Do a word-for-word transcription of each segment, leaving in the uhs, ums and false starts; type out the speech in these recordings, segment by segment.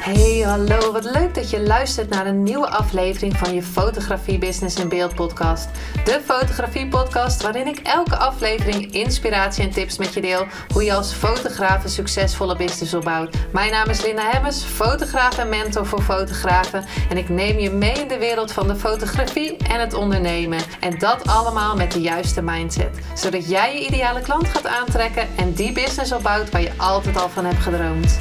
Hey, hallo. Wat leuk dat je luistert naar een nieuwe aflevering van je Fotografie Business in Beeld podcast. De fotografie podcast waarin ik elke aflevering inspiratie en tips met je deel hoe je als fotograaf een succesvolle business opbouwt. Mijn naam is Linda Hemmers, fotograaf en mentor voor fotografen. En ik neem je mee in de wereld van de fotografie en het ondernemen. En dat allemaal met de juiste mindset. Zodat jij je ideale klant gaat aantrekken en die business opbouwt waar je altijd al van hebt gedroomd.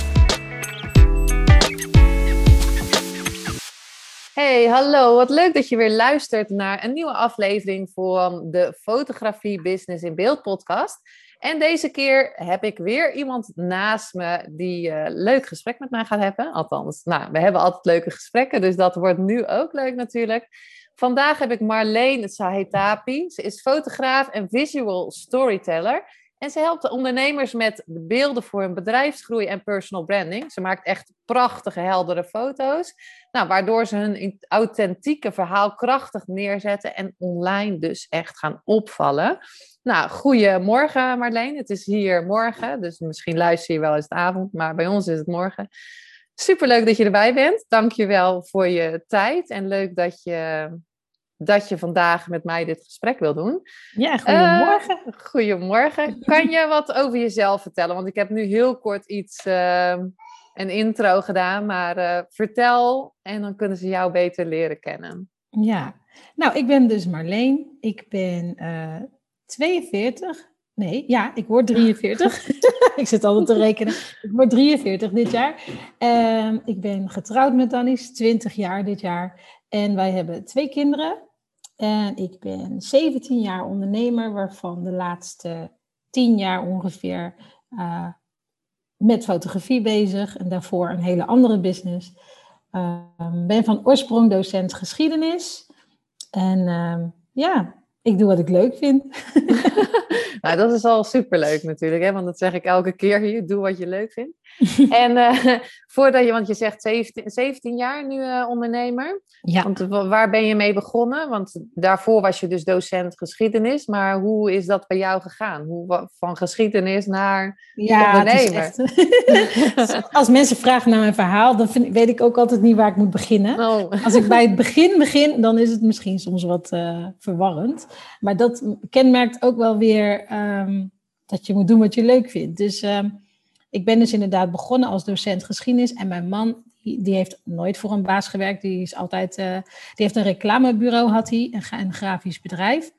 Hey, hallo. Wat leuk dat je weer luistert naar een nieuwe aflevering van de Fotografie Business in Beeld podcast. En deze keer heb ik weer iemand naast me die een uh, leuk gesprek met mij gaat hebben. Althans, nou, we hebben altijd leuke gesprekken, dus dat wordt nu ook leuk natuurlijk. Vandaag heb ik Marleen Sahetapi. Ze is fotograaf en visual storyteller. En ze helpt ondernemers met de beelden voor hun bedrijfsgroei en personal branding. Ze maakt echt prachtige, heldere foto's. Nou, waardoor ze hun authentieke verhaal krachtig neerzetten en online dus echt gaan opvallen. Nou, goedemorgen Marleen. Het is hier morgen, dus misschien luister je wel eens de avond, maar bij ons is het morgen. Superleuk dat je erbij bent. Dank je wel voor je tijd en leuk dat je... dat je vandaag met mij dit gesprek wil doen. Ja, goedemorgen. Uh, goedemorgen. Kan je wat over jezelf vertellen? Want ik heb nu heel kort iets, uh, een intro gedaan, maar uh, vertel en dan kunnen ze jou beter leren kennen. Ja, nou, ik ben dus Marleen. Ik ben uh, tweeënveertig. Nee, ja, ik word drieënveertig. Ik zit altijd te rekenen. Ik word drieënveertig dit jaar. Uh, ik ben getrouwd met Danis, twintig jaar dit jaar. En wij hebben twee kinderen. En ik ben zeventien jaar ondernemer, waarvan de laatste tien jaar ongeveer uh, met fotografie bezig. En daarvoor een hele andere business. Ik uh, ben van oorsprong docent geschiedenis. En uh, ja, ik doe wat ik leuk vind. Nou, dat is al superleuk natuurlijk, hè? Want dat zeg ik elke keer hier. Doe wat je leuk vindt. En uh, voordat je, want je zegt zeventien, zeventien jaar nu uh, ondernemer. Ja. Want waar ben je mee begonnen? Want daarvoor was je dus docent geschiedenis. Maar hoe is dat bij jou gegaan? Hoe, van geschiedenis naar ja, ondernemer? Het is echt... Als mensen vragen naar mijn verhaal, dan vind, weet ik ook altijd niet waar ik moet beginnen. Oh. Als ik bij het begin begin, dan is het misschien soms wat uh, verwarrend. Maar dat kenmerkt ook wel weer um, dat je moet doen wat je leuk vindt. Dus... Um, Ik ben dus inderdaad begonnen als docent geschiedenis. En mijn man, die, die heeft nooit voor een baas gewerkt. Die is altijd, uh, die heeft een reclamebureau, had hij, een, een grafisch bedrijf.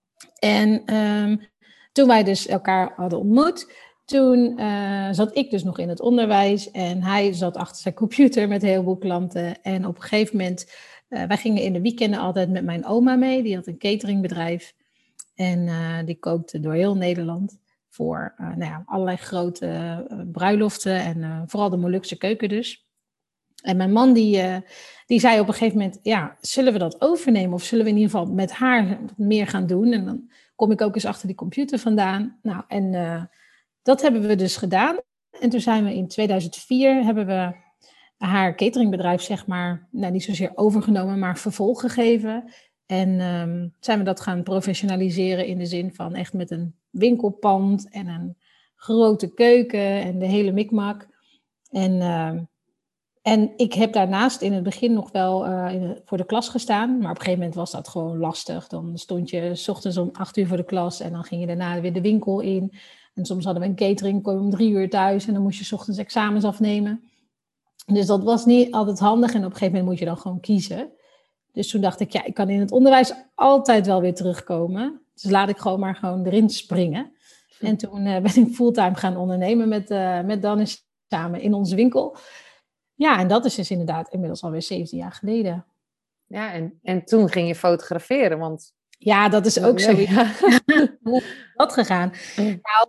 En um, toen wij dus elkaar hadden ontmoet, toen uh, zat ik dus nog in het onderwijs. En hij zat achter zijn computer met een heleboel klanten. En op een gegeven moment, uh, wij gingen in de weekenden altijd met mijn oma mee. Die had een cateringbedrijf. En uh, die kookte door heel Nederland. Voor uh, nou ja, allerlei grote uh, bruiloften en uh, vooral de Molukse keuken dus. En mijn man die, uh, die zei op een gegeven moment, ja, zullen we dat overnemen? Of zullen we in ieder geval met haar meer gaan doen? En dan kom ik ook eens achter die computer vandaan. Nou, en uh, dat hebben we dus gedaan. En toen zijn we in tweeduizend vier, hebben we haar cateringbedrijf, zeg maar, nou, niet zozeer overgenomen, maar vervolg gegeven. En um, zijn we dat gaan professionaliseren in de zin van echt met een winkelpand en een grote keuken en de hele mikmak. En, uh, en ik heb daarnaast in het begin nog wel uh, in de, voor de klas gestaan. Maar op een gegeven moment was dat gewoon lastig. Dan stond je 's ochtends om acht uur voor de klas en dan ging je daarna weer de winkel in. En soms hadden we een catering, kwam je om drie uur thuis en dan moest je 's ochtends examens afnemen. Dus dat was niet altijd handig en op een gegeven moment moet je dan gewoon kiezen. Dus toen dacht ik, ja, ik kan in het onderwijs altijd wel weer terugkomen. Dus laat ik gewoon maar gewoon erin springen. En toen uh, ben ik fulltime gaan ondernemen met, uh, met Danis samen in onze winkel. Ja, en dat is dus inderdaad inmiddels alweer zeventien jaar geleden. Ja, en, en toen ging je fotograferen, want... Ja, dat is ook zo. Ja. Hoe is dat gegaan? Nou,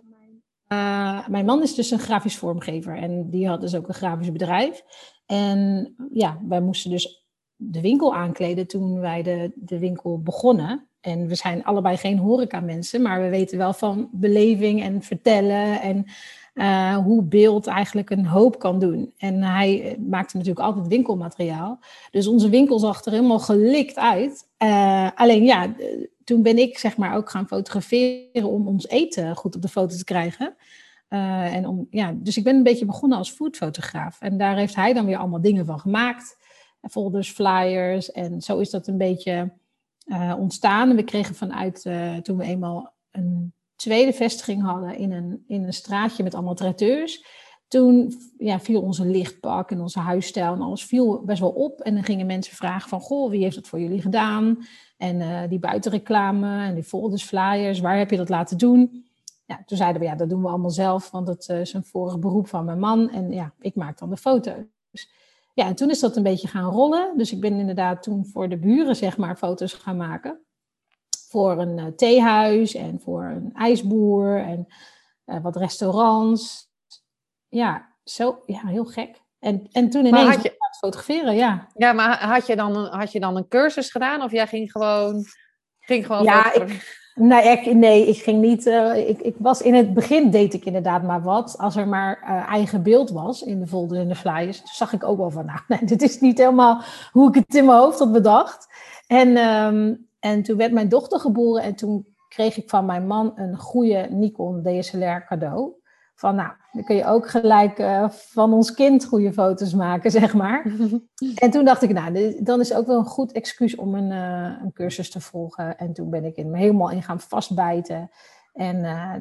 uh, mijn man is dus een grafisch vormgever. En die had dus ook een grafisch bedrijf. En ja, wij moesten dus de winkel aankleden toen wij de, de winkel begonnen. En we zijn allebei geen horeca-mensen, maar we weten wel van beleving en vertellen en uh, hoe beeld eigenlijk een hoop kan doen. En hij maakte natuurlijk altijd winkelmateriaal. Dus onze winkel zag er helemaal gelikt uit. Uh, alleen ja, toen ben ik zeg maar ook gaan fotograferen om ons eten goed op de foto te krijgen. Uh, en om, ja, dus ik ben een beetje begonnen als foodfotograaf. En daar heeft hij dan weer allemaal dingen van gemaakt. Folders, flyers. En zo is dat een beetje uh, ontstaan. We kregen vanuit, uh, toen we eenmaal een tweede vestiging hadden in een, in een straatje met allemaal traiteurs. Toen ja, viel onze lichtpak en onze huisstijl en alles viel best wel op. En dan gingen mensen vragen van, goh, wie heeft dat voor jullie gedaan? En uh, die buitenreclame en die folders, flyers, waar heb je dat laten doen? Ja, toen zeiden we, ja, dat doen we allemaal zelf, want dat uh, is een vorig beroep van mijn man. En ja, ik maak dan de foto's. Ja, en toen is dat een beetje gaan rollen. Dus ik ben inderdaad toen voor de buren, zeg maar, foto's gaan maken. Voor een uh, theehuis en voor een ijsboer en uh, wat restaurants. Ja, zo, ja, heel gek. En, en toen ineens had je... het fotograferen, ja. Ja, maar had je, dan, had je dan een cursus gedaan? Of jij ging gewoon, ging gewoon ja, fotograferen? Ik... Nee ik, nee, ik ging niet. Uh, ik, ik was in het begin deed ik inderdaad maar wat. Als er maar uh, eigen beeld was in de folders en de flyers, toen zag ik ook wel van, nou, nee, dit is niet helemaal hoe ik het in mijn hoofd had bedacht. En, um, en toen werd mijn dochter geboren en toen kreeg ik van mijn man een goede Nikon D S L R cadeau. Van, nou, dan kun je ook gelijk uh, van ons kind goede foto's maken, zeg maar. En toen dacht ik, nou, dan is ook wel een goed excuus om een, uh, een cursus te volgen. En toen ben ik er helemaal in gaan vastbijten. En uh,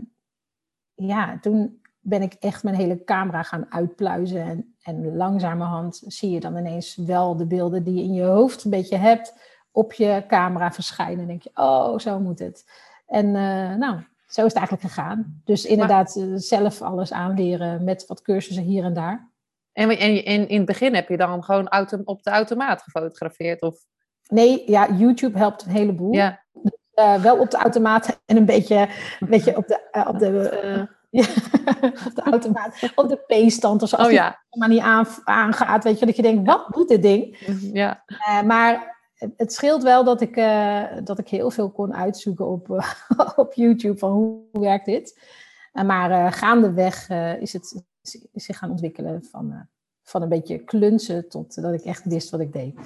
ja, toen ben ik echt mijn hele camera gaan uitpluizen. En, en langzamerhand zie je dan ineens wel de beelden die je in je hoofd een beetje hebt op je camera verschijnen. En denk je, oh, zo moet het. En uh, nou... Zo is het eigenlijk gegaan. Dus inderdaad maar, zelf alles aanleren met wat cursussen hier en daar. En, en in, in het begin heb je dan gewoon auto, op de automaat gefotografeerd? Of? Nee, ja, YouTube helpt een heleboel. Ja. Dus, uh, wel op de automaat en een beetje, een beetje op de, uh, op de, uh, ja, op de automaat, op de P-stand of zo. Als oh, die ja. maar niet aan, aangaat, weet je, dat je denkt, wat doet dit ding? Ja. Uh, maar het scheelt wel dat ik, uh, dat ik heel veel kon uitzoeken op, uh, op YouTube van hoe, hoe werkt dit. Uh, maar uh, gaandeweg uh, is het is, is zich gaan ontwikkelen van, uh, van een beetje klunsen tot dat ik echt wist wat ik deed.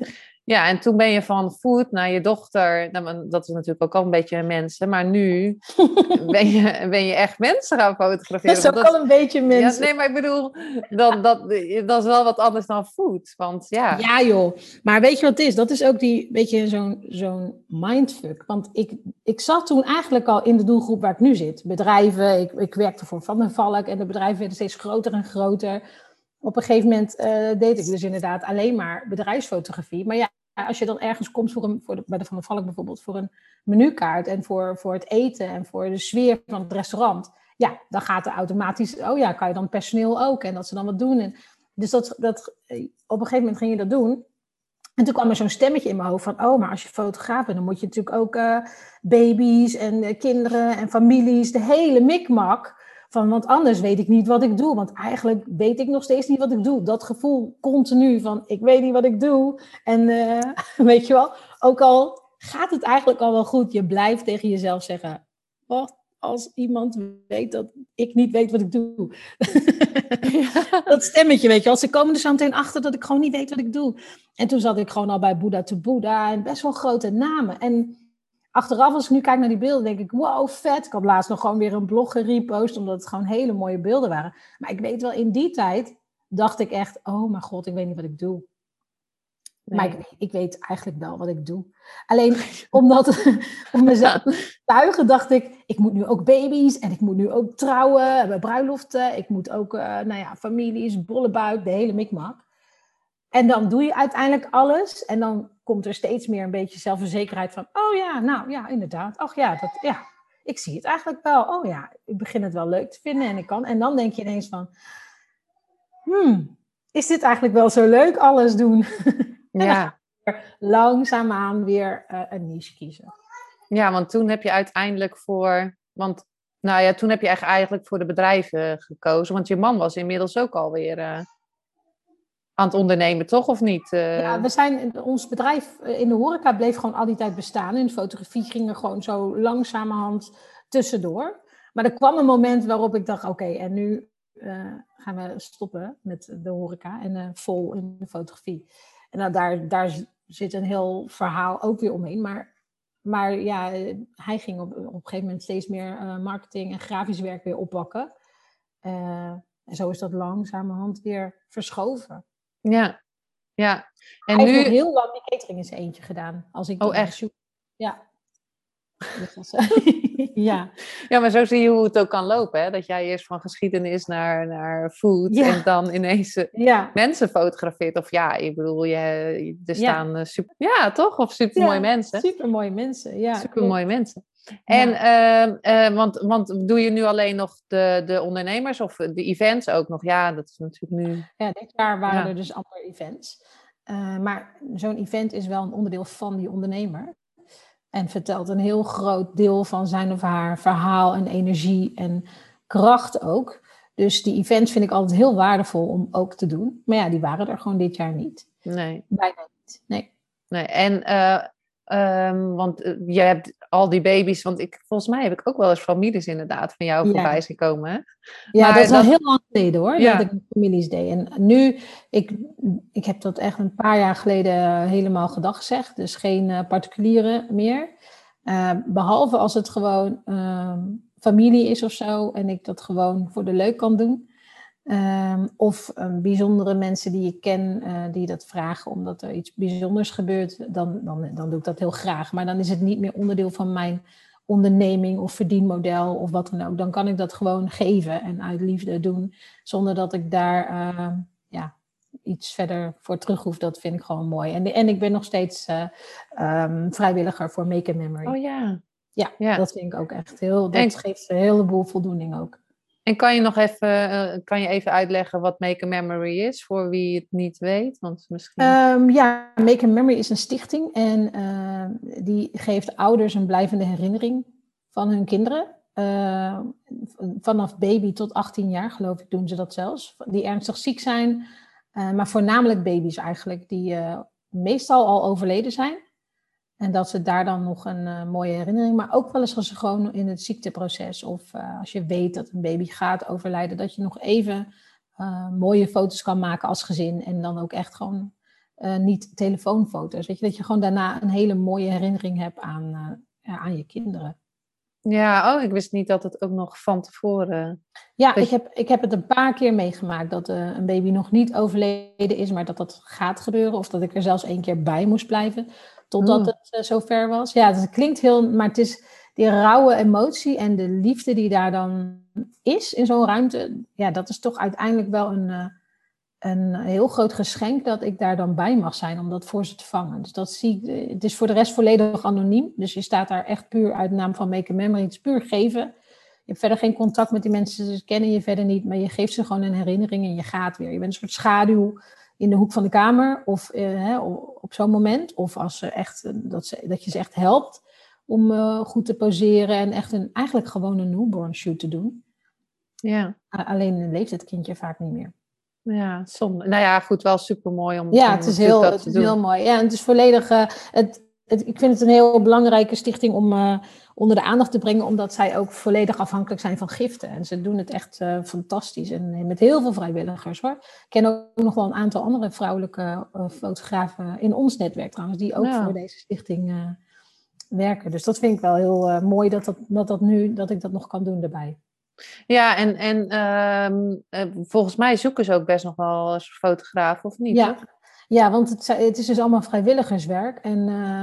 Ja, en toen ben je van food naar je dochter. Nou, dat is natuurlijk ook al een beetje mensen. Maar nu ben je, ben je echt mensen gaan fotograferen. Dat is ook al een beetje mensen. Ja, nee, maar ik bedoel, dat, dat, dat is wel wat anders dan food. Want ja... Ja joh, maar weet je wat het is? Dat is ook die beetje zo'n, zo'n mindfuck. Want ik, ik zat toen eigenlijk al in de doelgroep waar ik nu zit. Bedrijven, ik, ik werkte voor Van der Valk en de bedrijven werden steeds groter en groter. Op een gegeven moment uh, deed ik dus inderdaad alleen maar bedrijfsfotografie. Maar ja, als je dan ergens komt voor een, voor de, bij de Van der Valk bijvoorbeeld, voor een menukaart en voor, voor het eten en voor de sfeer van het restaurant. Ja, dan gaat er automatisch, oh ja, kan je dan personeel ook en dat ze dan wat doen. En, dus dat, dat, op een gegeven moment ging je dat doen. En toen kwam er zo'n stemmetje in mijn hoofd van, oh, maar als je fotograaf bent, dan moet je natuurlijk ook uh, baby's en uh, kinderen en families, de hele mikmak. Van, want anders weet ik niet wat ik doe. Want eigenlijk weet ik nog steeds niet wat ik doe. Dat gevoel continu van, ik weet niet wat ik doe. En uh, weet je wel, ook al gaat het eigenlijk al wel goed, je blijft tegen jezelf zeggen, wat als iemand weet dat ik niet weet wat ik doe. Ja. Dat stemmetje, weet je wel. Ze komen er zo meteen achter dat ik gewoon niet weet wat ik doe. En toen zat ik gewoon al bij Buddha to Buddha en best wel grote namen. En achteraf, als ik nu kijk naar die beelden, denk ik, wow, vet. Ik had laatst nog gewoon weer een blog gerepost, omdat het gewoon hele mooie beelden waren. Maar ik weet wel, in die tijd dacht ik echt, oh mijn god, ik weet niet wat ik doe. Nee. Maar ik, ik weet eigenlijk wel wat ik doe. Alleen omdat, om mezelf te tuigen, dacht ik, ik moet nu ook baby's en ik moet nu ook trouwen, bij bruiloften. Ik moet ook, uh, nou ja, families, bollebuik, de hele mikmak. En dan doe je uiteindelijk alles en dan komt er steeds meer een beetje zelfverzekerheid van, oh ja, nou ja, inderdaad. Ach ja, dat, ja, ik zie het eigenlijk wel. Oh ja, ik begin het wel leuk te vinden en ik kan. En dan denk je ineens van, hmm, is dit eigenlijk wel zo leuk, alles doen? En ja. Dan ga je langzaamaan weer uh, een niche kiezen. Ja, want toen heb je uiteindelijk voor... Want nou ja, toen heb je eigenlijk voor de bedrijven gekozen. Want je man was inmiddels ook alweer uh, aan het ondernemen, toch? Of niet? Uh... Ja, we zijn, ons bedrijf in de horeca bleef gewoon al die tijd bestaan. In de fotografie ging er gewoon zo langzamerhand tussendoor. Maar er kwam een moment waarop ik dacht, oké, okay, en nu uh, gaan we stoppen met de horeca en uh, vol in de fotografie. En nou, daar, daar zit een heel verhaal ook weer omheen. Maar, maar ja, hij ging op, op een gegeven moment steeds meer uh, marketing en grafisch werk weer oppakken. Uh, en zo is dat langzamerhand weer verschoven. Ja, ja. En Hij nu... heeft nog heel lang die catering in zijn eentje gedaan. Als ik oh, echt? Shoot... Ja. Dus ja. Ja, maar zo zie je hoe het ook kan lopen. Hè? Dat jij eerst van geschiedenis naar, naar food ja. en dan ineens ja. mensen fotografeert. Of ja, ik bedoel, je, er staan ja. super... Ja, toch? Of supermooie ja, mensen. Supermooie mensen, ja. Supermooie mensen. En, ja. uh, uh, want, want doe je nu alleen nog de, de ondernemers of de events ook nog? Ja, dat is natuurlijk nu... Ja, dit jaar waren ja. er dus andere events. Uh, maar zo'n event is wel een onderdeel van die ondernemer. En vertelt een heel groot deel van zijn of haar verhaal en energie en kracht ook. Dus die events vind ik altijd heel waardevol om ook te doen. Maar ja, die waren er gewoon dit jaar niet. Nee. Bijna niet, nee. Nee, en... Uh... Um, want uh, je hebt al die baby's, want ik, volgens mij heb ik ook wel eens families inderdaad van jou ja. voorbij zien komen. Hè? Ja, maar dat is al dat... heel lang geleden hoor, ja. dat ik families deed. En nu, ik, ik heb dat echt een paar jaar geleden helemaal gedag gezegd. Dus geen uh, particuliere meer. Uh, behalve als het gewoon uh, familie is of zo en ik dat gewoon voor de leuk kan doen. Um, of um, bijzondere mensen die ik ken, uh, die dat vragen omdat er iets bijzonders gebeurt, dan, dan, dan doe ik dat heel graag. Maar dan is het niet meer onderdeel van mijn onderneming of verdienmodel of wat dan ook. Dan kan ik dat gewoon geven en uit liefde doen, zonder dat ik daar uh, ja, iets verder voor terug hoef. Dat vind ik gewoon mooi. En, en ik ben nog steeds uh, um, vrijwilliger voor Make a Memory. Oh ja. Ja, ja. Dat vind ik ook echt heel, dat en... geeft een heleboel voldoening ook. En kan je nog even, uh, kan je even uitleggen wat Make a Memory is, voor wie het niet weet? Want misschien... um, ja, Make a Memory is een stichting en uh, die geeft ouders een blijvende herinnering van hun kinderen. Uh, vanaf baby tot achttien jaar, geloof ik, doen ze dat zelfs. Die ernstig ziek zijn, uh, maar voornamelijk baby's eigenlijk, die uh, meestal al overleden zijn. En dat ze daar dan nog een uh, mooie herinnering... maar ook wel eens als ze gewoon in het ziekteproces... of uh, als je weet dat een baby gaat overlijden... dat je nog even uh, mooie foto's kan maken als gezin... en dan ook echt gewoon uh, niet telefoonfoto's. Weet je, dat je gewoon daarna een hele mooie herinnering hebt aan, uh, ja, aan je kinderen. Ja, oh, ik wist niet dat het ook nog van tevoren... Ja, ik heb, ik heb het een paar keer meegemaakt... dat uh, een baby nog niet overleden is... maar dat dat gaat gebeuren... of dat ik er zelfs één keer bij moest blijven... Totdat het uh, zover was. Ja, het klinkt heel... Maar het is die rauwe emotie en de liefde die daar dan is in zo'n ruimte. Ja, dat is toch uiteindelijk wel een, uh, een heel groot geschenk dat ik daar dan bij mag zijn om dat voor ze te vangen. Dus dat zie ik... Het is voor de rest volledig anoniem. Dus je staat daar echt puur uit de naam van Make a Memory. Het is puur geven. Je hebt verder geen contact met die mensen. Ze kennen je verder niet. Maar je geeft ze gewoon een herinnering en je gaat weer. Je bent een soort schaduw... in de hoek van de kamer of uh, hè, op zo'n moment. Of als ze echt, dat, ze, dat je ze echt helpt om uh, goed te poseren en echt een, eigenlijk gewoon een newborn shoot te doen. Ja. Uh, alleen leeft het kindje vaak niet meer. Ja, zonde. Nou ja, goed, wel super mooi om, ja, om het is heel, dat het te is doen. heel mooi. Ja, en het is volledig... Uh, het, het, ik vind het een heel belangrijke stichting om uh, onder de aandacht te brengen, omdat zij ook volledig afhankelijk zijn van giften. En ze doen het echt uh, fantastisch. En met heel veel vrijwilligers hoor. Ik ken ook nog wel een aantal andere vrouwelijke uh, fotografen in ons netwerk trouwens, die ook ja. voor deze stichting uh, werken. Dus dat vind ik wel heel uh, mooi dat, dat, dat, dat, nu, dat ik dat nog kan doen daarbij. Ja, en, en uh, uh, volgens mij zoeken ze ook best nog wel eens fotografen, of niet? Ja, toch? ja want het, het is dus allemaal vrijwilligerswerk. En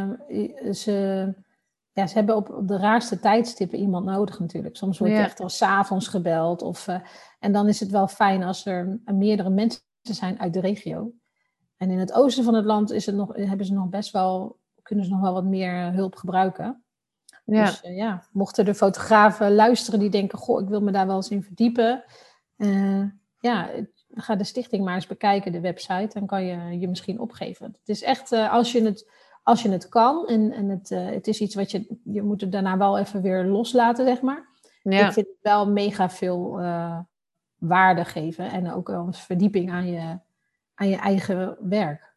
uh, ze, ja, ze hebben op, op de raarste tijdstippen iemand nodig natuurlijk. Soms word je ja. echt al 's avonds gebeld. Of, uh, en dan is het wel fijn als er meerdere mensen zijn uit de regio. En in het oosten van het land is het nog, hebben ze nog best wel, kunnen ze nog wel wat meer hulp gebruiken. Ja. Dus uh, ja, mochten de fotografen luisteren die denken, goh, ik wil me daar wel eens in verdiepen. Uh, ja, ga de stichting maar eens bekijken, de website. Dan kan je je misschien opgeven. Het is echt, uh, als je het, als je het kan. En, en het, uh, het is iets wat je, je moet het daarna wel even weer loslaten, zeg maar. Ja. Ik vind het wel mega veel uh, waarde geven. En ook wel een verdieping aan je, aan je eigen werk.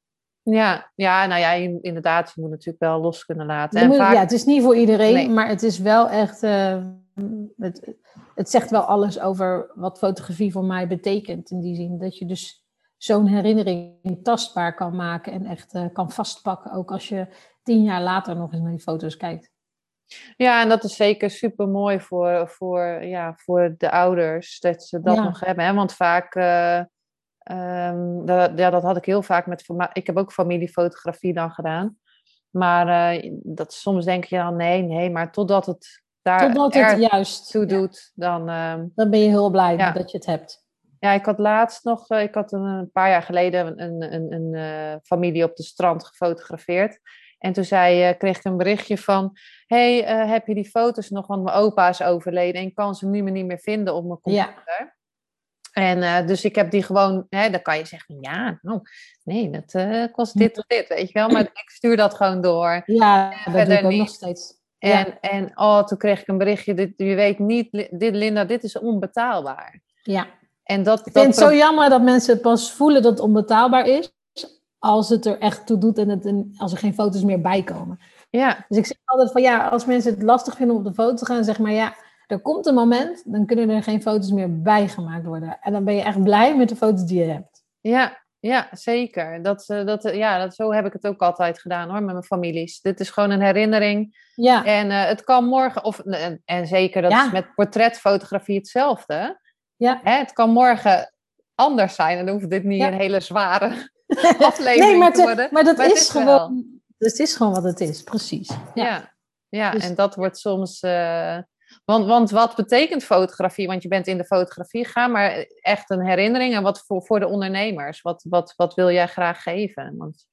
Ja, ja, nou ja, je, inderdaad, je moet natuurlijk wel los kunnen laten. En moet, vaak... Ja, het is niet voor iedereen, nee. maar het is wel echt... Uh, het, het zegt wel alles over wat fotografie voor mij betekent. In die zin dat je dus zo'n herinnering tastbaar kan maken en echt uh, kan vastpakken. Ook als je tien jaar later nog eens naar die foto's kijkt. Ja, en dat is zeker super mooi voor, voor, ja, voor de ouders dat ze dat nog Ja, hebben. Hè? Want vaak, eh, ehm, dat, ja, dat had ik heel vaak met. fama- Ik heb ook familiefotografie dan gedaan. Maar eh, dat soms denk je dan nee, nee, maar totdat het daar totdat het juist, ertoe ja, doet, dan. ehm, dan ben je heel blij ja. dat je het hebt. Ja, ik had laatst nog, eh, ik had een, een paar jaar geleden een, een, een eh, familie op de strand gefotografeerd. En toen zei, eh, kreeg ik een berichtje van, hey, eh, heb je die foto's nog? Want mijn opa is overleden en ik kan ze nu maar niet meer vinden op mijn Ja, computer. En eh, dus ik heb die gewoon, hè, dan kan je zeggen, ja, nou, nee, dat eh, kost dit of dit, weet je wel. Maar ik stuur dat gewoon door. ja, En dat doe ik verder ook nog niet. steeds. Ja, En, en oh, toen kreeg ik een berichtje, dit, je weet niet, dit, Linda, dit is onbetaalbaar. ja. En dat, Ik vind dat het zo pro- jammer dat mensen pas voelen dat het onbetaalbaar is als het er echt toe doet en het een, als er geen foto's meer bij komen. ja, Dus ik zeg altijd van ja, als mensen het lastig vinden om op de foto te gaan, zeg maar ja, er komt een moment, dan kunnen er geen foto's meer bij gemaakt worden. En dan ben je echt blij met de foto's die je hebt. ja, ja, zeker. Dat, eh, dat, eh, ja, dat, zo heb ik het ook altijd gedaan hoor, met mijn families. Dit is gewoon een herinnering. Ja, En eh, het kan morgen, of, en, en zeker dat is ja, met portretfotografie hetzelfde. ja, Hè, het kan morgen anders zijn. En dan hoeft dit niet een ja. hele zware Nee, aflevering maar, te te- worden. maar dat Maar het is is wel. gewoon, het is gewoon wat het is, precies. Ja, Ja, ja, dus en dat wordt soms. eh, want, want wat betekent fotografie? Want je bent in de fotografie gegaan, maar echt een herinnering. En wat voor, voor de ondernemers? Wat, wat, wat wil jij graag geven? Want,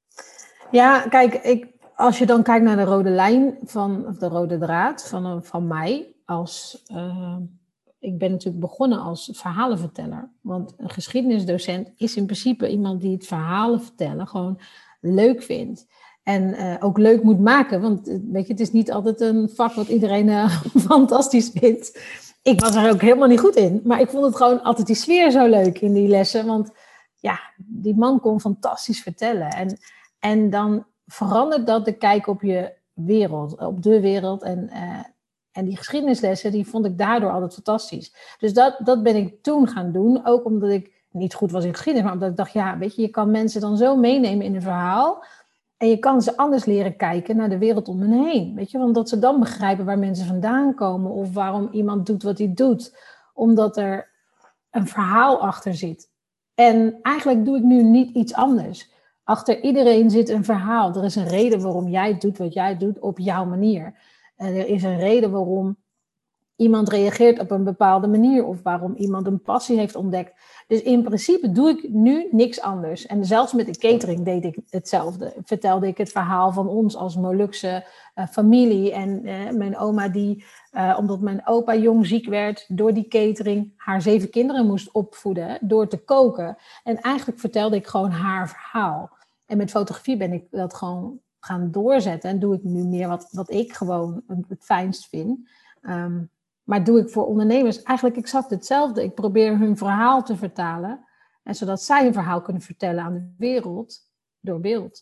ja, kijk, ik, als je dan kijkt naar de rode lijn van, of de rode draad van, van mij, als, uh, ik ben natuurlijk begonnen als verhalenverteller. Want een geschiedenisdocent is in principe iemand die het verhalen vertellen gewoon leuk vindt. En uh, ook leuk moet maken, want weet je, het is niet altijd een vak wat iedereen uh, fantastisch vindt. Ik was er ook helemaal niet goed in, maar ik vond het gewoon altijd die sfeer zo leuk in die lessen. Want ja, die man kon fantastisch vertellen. En en dan verandert dat de kijk op je wereld, op de wereld. En, uh, en die geschiedenislessen, die vond ik daardoor altijd fantastisch. Dus dat, dat ben ik toen gaan doen. Ook omdat ik niet goed was in geschiedenis, maar omdat ik dacht, ja, weet je, je kan mensen dan zo meenemen in een verhaal. En je kan ze anders leren kijken naar de wereld om hen heen. Weet je, want dat ze dan begrijpen waar mensen vandaan komen. Of waarom iemand doet wat hij doet. Omdat er een verhaal achter zit. En eigenlijk doe ik nu niet iets anders. Achter iedereen zit een verhaal. Er is een reden waarom jij doet wat jij doet op jouw manier. En er is een reden waarom iemand reageert op een bepaalde manier of waarom iemand een passie heeft ontdekt. Dus in principe doe ik nu niks anders. En zelfs met de catering deed ik hetzelfde. Vertelde ik het verhaal van ons als Molukse uh, familie en uh, mijn oma die, uh, omdat mijn opa jong ziek werd, door die catering haar zeven kinderen moest opvoeden door te koken. En eigenlijk vertelde ik gewoon haar verhaal. En met fotografie ben ik dat gewoon gaan doorzetten en doe ik nu meer wat, wat ik gewoon het fijnst vind. Um, Maar doe ik voor ondernemers eigenlijk exact hetzelfde. Ik probeer hun verhaal te vertalen. En zodat zij hun verhaal kunnen vertellen aan de wereld door beeld.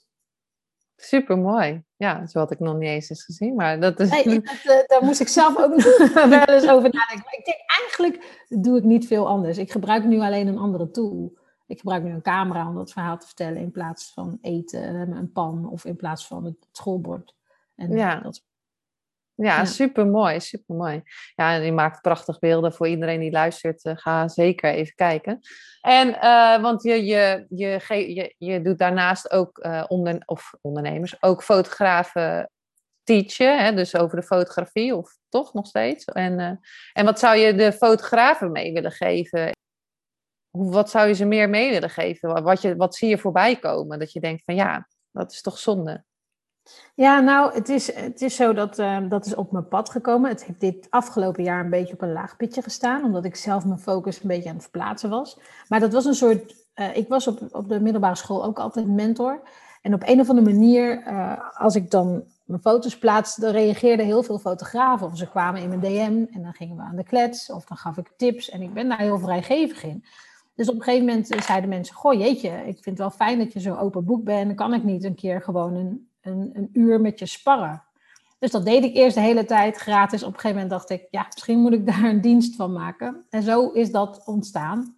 super mooi. Ja, zo had ik nog niet eens eens gezien. Maar dat is. Nee, dat, uh, daar moest ik zelf ook nog wel eens over nadenken. Maar ik denk eigenlijk doe ik niet veel anders. Ik gebruik nu alleen een andere tool. Ik gebruik nu een camera om dat verhaal te vertellen in plaats van eten, een pan of in plaats van het schoolbord. En Ja. dat Ja, ja. super mooi, super mooi. Ja, en je maakt prachtig beelden voor iedereen die luistert. Uh, ga zeker even kijken. En uh, want je, je, je, ge- je, je doet daarnaast ook uh, onder, of ondernemers, ook fotografen teachen, hè, dus over de fotografie, of toch nog steeds. En, uh, en wat zou je de fotografen mee willen geven? Hoe, wat zou je ze meer mee willen geven? Wat, je, wat zie je voorbij komen? Dat je denkt van ja, dat is toch zonde. Ja, nou, het is, het is zo dat uh, dat is op mijn pad gekomen. Het heeft dit afgelopen jaar een beetje op een laag pitje gestaan, omdat ik zelf mijn focus een beetje aan het verplaatsen was. Maar dat was een soort, uh, ik was op, op de middelbare school ook altijd mentor. En op een of andere manier, uh, als ik dan mijn foto's plaatste, dan reageerden heel veel fotografen. Of ze kwamen in mijn D M en dan gingen we aan de klets, of dan gaf ik tips. En ik ben daar heel vrijgevig in. Dus op een gegeven moment zeiden mensen, goh jeetje, ik vind het wel fijn dat je zo open boek bent. Dan kan ik niet een keer gewoon een Een, een uur met je sparren. Dus dat deed ik eerst de hele tijd gratis. Op een gegeven moment dacht ik, ja, misschien moet ik daar een dienst van maken. En zo is dat ontstaan.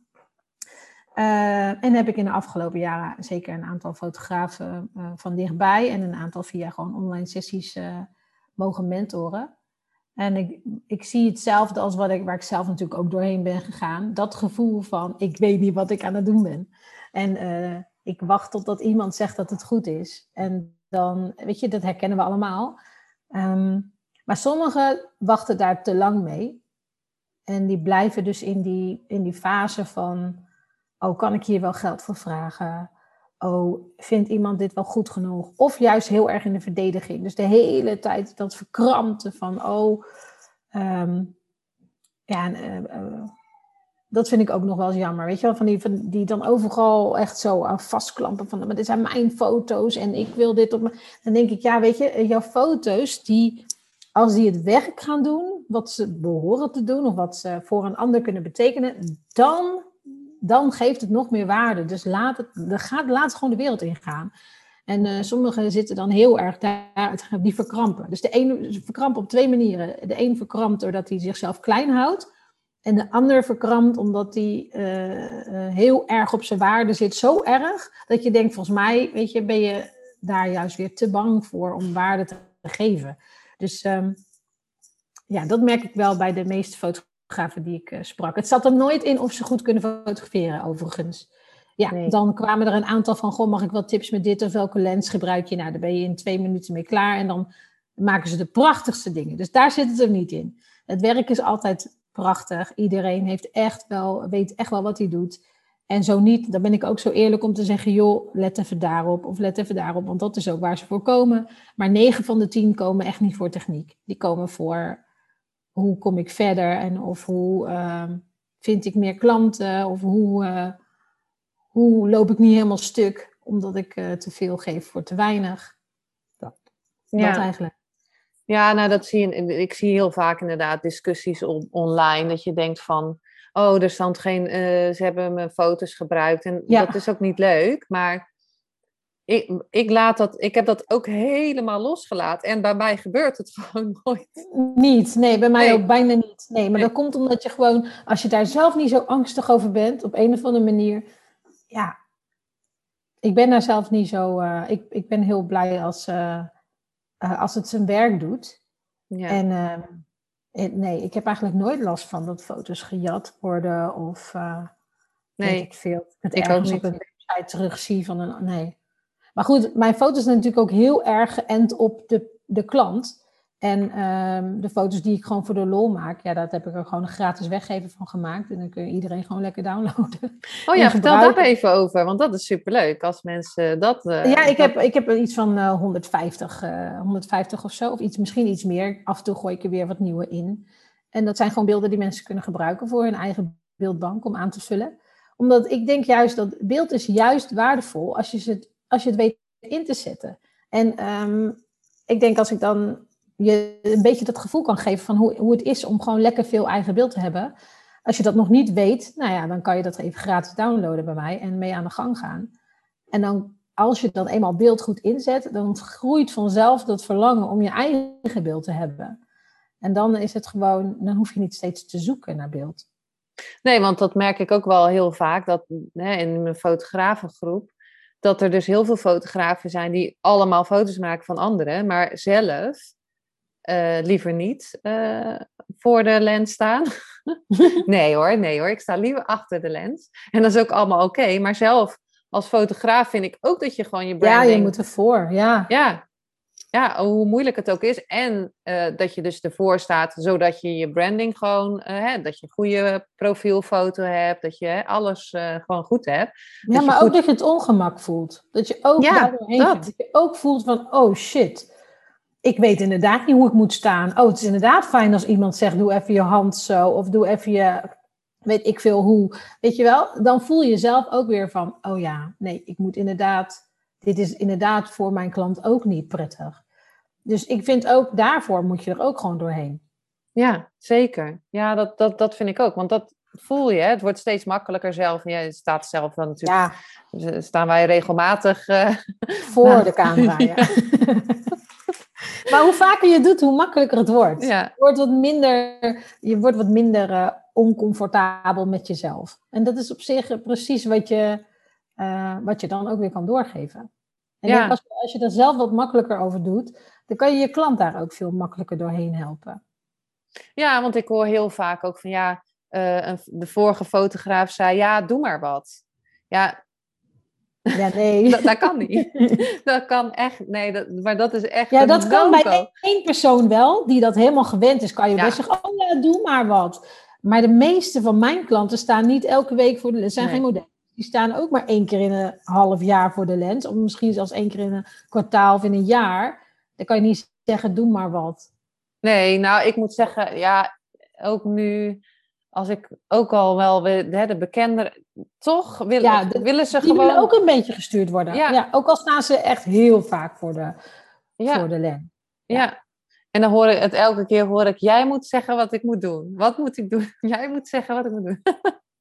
Uh, en heb ik in de afgelopen jaren zeker een aantal fotografen uh, van dichtbij en een aantal via gewoon online sessies uh, mogen mentoren. En ik, ik zie hetzelfde als wat ik, waar ik zelf natuurlijk ook doorheen ben gegaan. Dat gevoel van, ik weet niet wat ik aan het doen ben. En uh, ik wacht totdat iemand zegt dat het goed is. En dan, weet je, dat herkennen we allemaal. Um, maar sommigen wachten daar te lang mee. En die blijven dus in die, in die fase van... oh, kan ik hier wel geld voor vragen? Oh, vindt iemand dit wel goed genoeg? Of juist heel erg in de verdediging. Dus de hele tijd dat verkrampte van... oh, um, ja, uh, uh, dat vind ik ook nog wel eens jammer. Weet je wel, van die, van die dan overal echt zo aan vastklampen. Van, maar dit zijn mijn foto's en ik wil dit op mijn... Dan denk ik, ja, weet je, jouw foto's, die, als die het werk gaan doen... wat ze behoren te doen of wat ze voor een ander kunnen betekenen... dan... dan geeft het nog meer waarde. Dus laat het, gaat, laat het gewoon de wereld ingaan. En uh, sommigen zitten dan heel erg daar, die verkrampen. Dus de ene verkrampt op twee manieren. De een verkrampt doordat hij zichzelf klein houdt. En de ander verkrampt omdat hij uh, uh, heel erg op zijn waarde zit. Zo erg dat je denkt, volgens mij weet je, ben je daar juist weer te bang voor om waarde te geven. Dus um, ja, dat merk ik wel bij de meeste fotografen die ik uh, sprak. Het zat er nooit in of ze goed kunnen fotograferen, overigens. Ja, nee. Dan kwamen er een aantal van, goh, mag ik wel tips met dit of welke lens gebruik je? Nou, daar ben je in twee minuten mee klaar en dan maken ze de prachtigste dingen. Dus daar zit het er niet in. Het werk is altijd prachtig. Iedereen heeft echt wel, weet echt wel wat hij doet. En zo niet, dan ben ik ook zo eerlijk om te zeggen, joh, let even daarop of let even daarop, want dat is ook waar ze voor komen. Maar negen van de tien komen echt niet voor techniek. Die komen voor hoe kom ik verder en of hoe uh, vind ik meer klanten of hoe, uh, hoe loop ik niet helemaal stuk omdat ik uh, te veel geef voor te weinig. Dat, ja. dat eigenlijk. Ja, nou dat zie je, ik zie heel vaak inderdaad discussies on, online dat je denkt van, oh, er stond geen, uh, ze hebben mijn foto's gebruikt en ja. Dat is ook niet leuk, maar ik, ik, laat dat, ik heb dat ook helemaal losgelaten en bij mij gebeurt het gewoon nooit. Niet, nee, bij mij nee. ook bijna niet. Nee, maar nee. Dat komt omdat je gewoon, als je daar zelf niet zo angstig over bent, op een of andere manier, ja, ik ben daar zelf niet zo, uh, ik, ik ben heel blij als, uh, uh, als het zijn werk doet. Ja. En uh, het, nee, ik heb eigenlijk nooit last van dat foto's gejat worden of uh, nee, weet ik veel. Het ik ergens op een website terugzie van een, nee. Maar goed, mijn foto's zijn natuurlijk ook heel erg geënt op de, de klant. En um, de foto's die ik gewoon voor de lol maak, ja, dat heb ik er gewoon een gratis weggever van gemaakt. En dan kun je iedereen gewoon lekker downloaden. Oh ja, vertel daar even over, want dat is superleuk als mensen dat... Uh, ja, ik, dat... Heb, ik heb er iets van uh, honderdvijftig, uh, honderdvijftig of zo, of iets, misschien iets meer. Af en toe gooi ik er weer wat nieuwe in. En dat zijn gewoon beelden die mensen kunnen gebruiken voor hun eigen beeldbank om aan te vullen. Omdat ik denk juist dat beeld is juist waardevol als je het, als je het weet in te zetten. En um, ik denk als ik dan je een beetje dat gevoel kan geven van hoe, hoe het is om gewoon lekker veel eigen beeld te hebben. Als je dat nog niet weet, nou ja, dan kan je dat even gratis downloaden bij mij en mee aan de gang gaan. En dan, als je dan eenmaal beeld goed inzet, dan groeit vanzelf dat verlangen om je eigen beeld te hebben. En dan is het gewoon, dan hoef je niet steeds te zoeken naar beeld. Nee, want dat merk ik ook wel heel vaak, dat hè, in mijn fotografengroep, dat er dus heel veel fotografen zijn die allemaal foto's maken van anderen, maar zelf uh, liever niet uh, voor de lens staan. nee hoor, nee hoor, ik sta liever achter de lens. En dat is ook allemaal oké, okay, maar zelf als fotograaf vind ik ook dat je gewoon je branding... Ja, je moet ervoor, ja. Ja, ja, hoe moeilijk het ook is. En uh, dat je dus ervoor staat, zodat je je branding gewoon, uh, hè, dat je een goede profielfoto hebt, dat je hè, alles uh, gewoon goed hebt. Ja, maar goed... ook dat je het ongemak voelt. Dat je ook ja, daardoorheen dat. dat je ook voelt van, oh shit, ik weet inderdaad niet hoe ik moet staan. Oh, het is inderdaad fijn als iemand zegt, doe even je hand zo, of doe even je, weet ik veel hoe. Weet je wel, dan voel je zelf ook weer van, oh ja, nee, ik moet inderdaad... Dit is inderdaad voor mijn klant ook niet prettig. Dus ik vind ook, daarvoor moet je er ook gewoon doorheen. Ja, zeker. Ja, dat, dat, dat vind ik ook. Want dat voel je, hè? Het wordt steeds makkelijker zelf. Ja, je staat zelf dan natuurlijk... Ja. Staan wij regelmatig... Uh, voor nou, de camera, ja. ja. Maar hoe vaker je het doet, hoe makkelijker het wordt. Ja. Je wordt wat minder, je wordt wat minder uh, oncomfortabel met jezelf. En dat is op zich precies wat je... Uh, wat je dan ook weer kan doorgeven. En ja. denk, als, als je er zelf wat makkelijker over doet, dan kan je je klant daar ook veel makkelijker doorheen helpen. Ja, want ik hoor heel vaak ook van ja, uh, een, de vorige fotograaf zei ja, doe maar wat. Ja, ja nee. dat, dat kan niet. Dat kan echt, nee, dat, maar dat is echt ja, een dat kan no-go. bij één persoon wel, die dat helemaal gewend is, kan je ja. best zeggen, oh ja, doe maar wat. Maar de meeste van mijn klanten staan niet elke week voor de lens, zijn nee. geen modellen. Die staan ook maar één keer in een half jaar voor de lens, of misschien zelfs één keer in een kwartaal of in een jaar. Dan kan je niet zeggen, doe maar wat. Nee, nou, ik moet zeggen, ja, ook nu, als ik ook al wel de, de bekende, toch wil, ja, de, willen ze die gewoon... willen ook een beetje gestuurd worden. Ja. Ja, ook al staan ze echt heel vaak voor de, ja. voor de lens. Ja. ja, en dan hoor ik het elke keer, hoor ik, jij moet zeggen wat ik moet doen. Wat moet ik doen? Jij moet zeggen wat ik moet doen.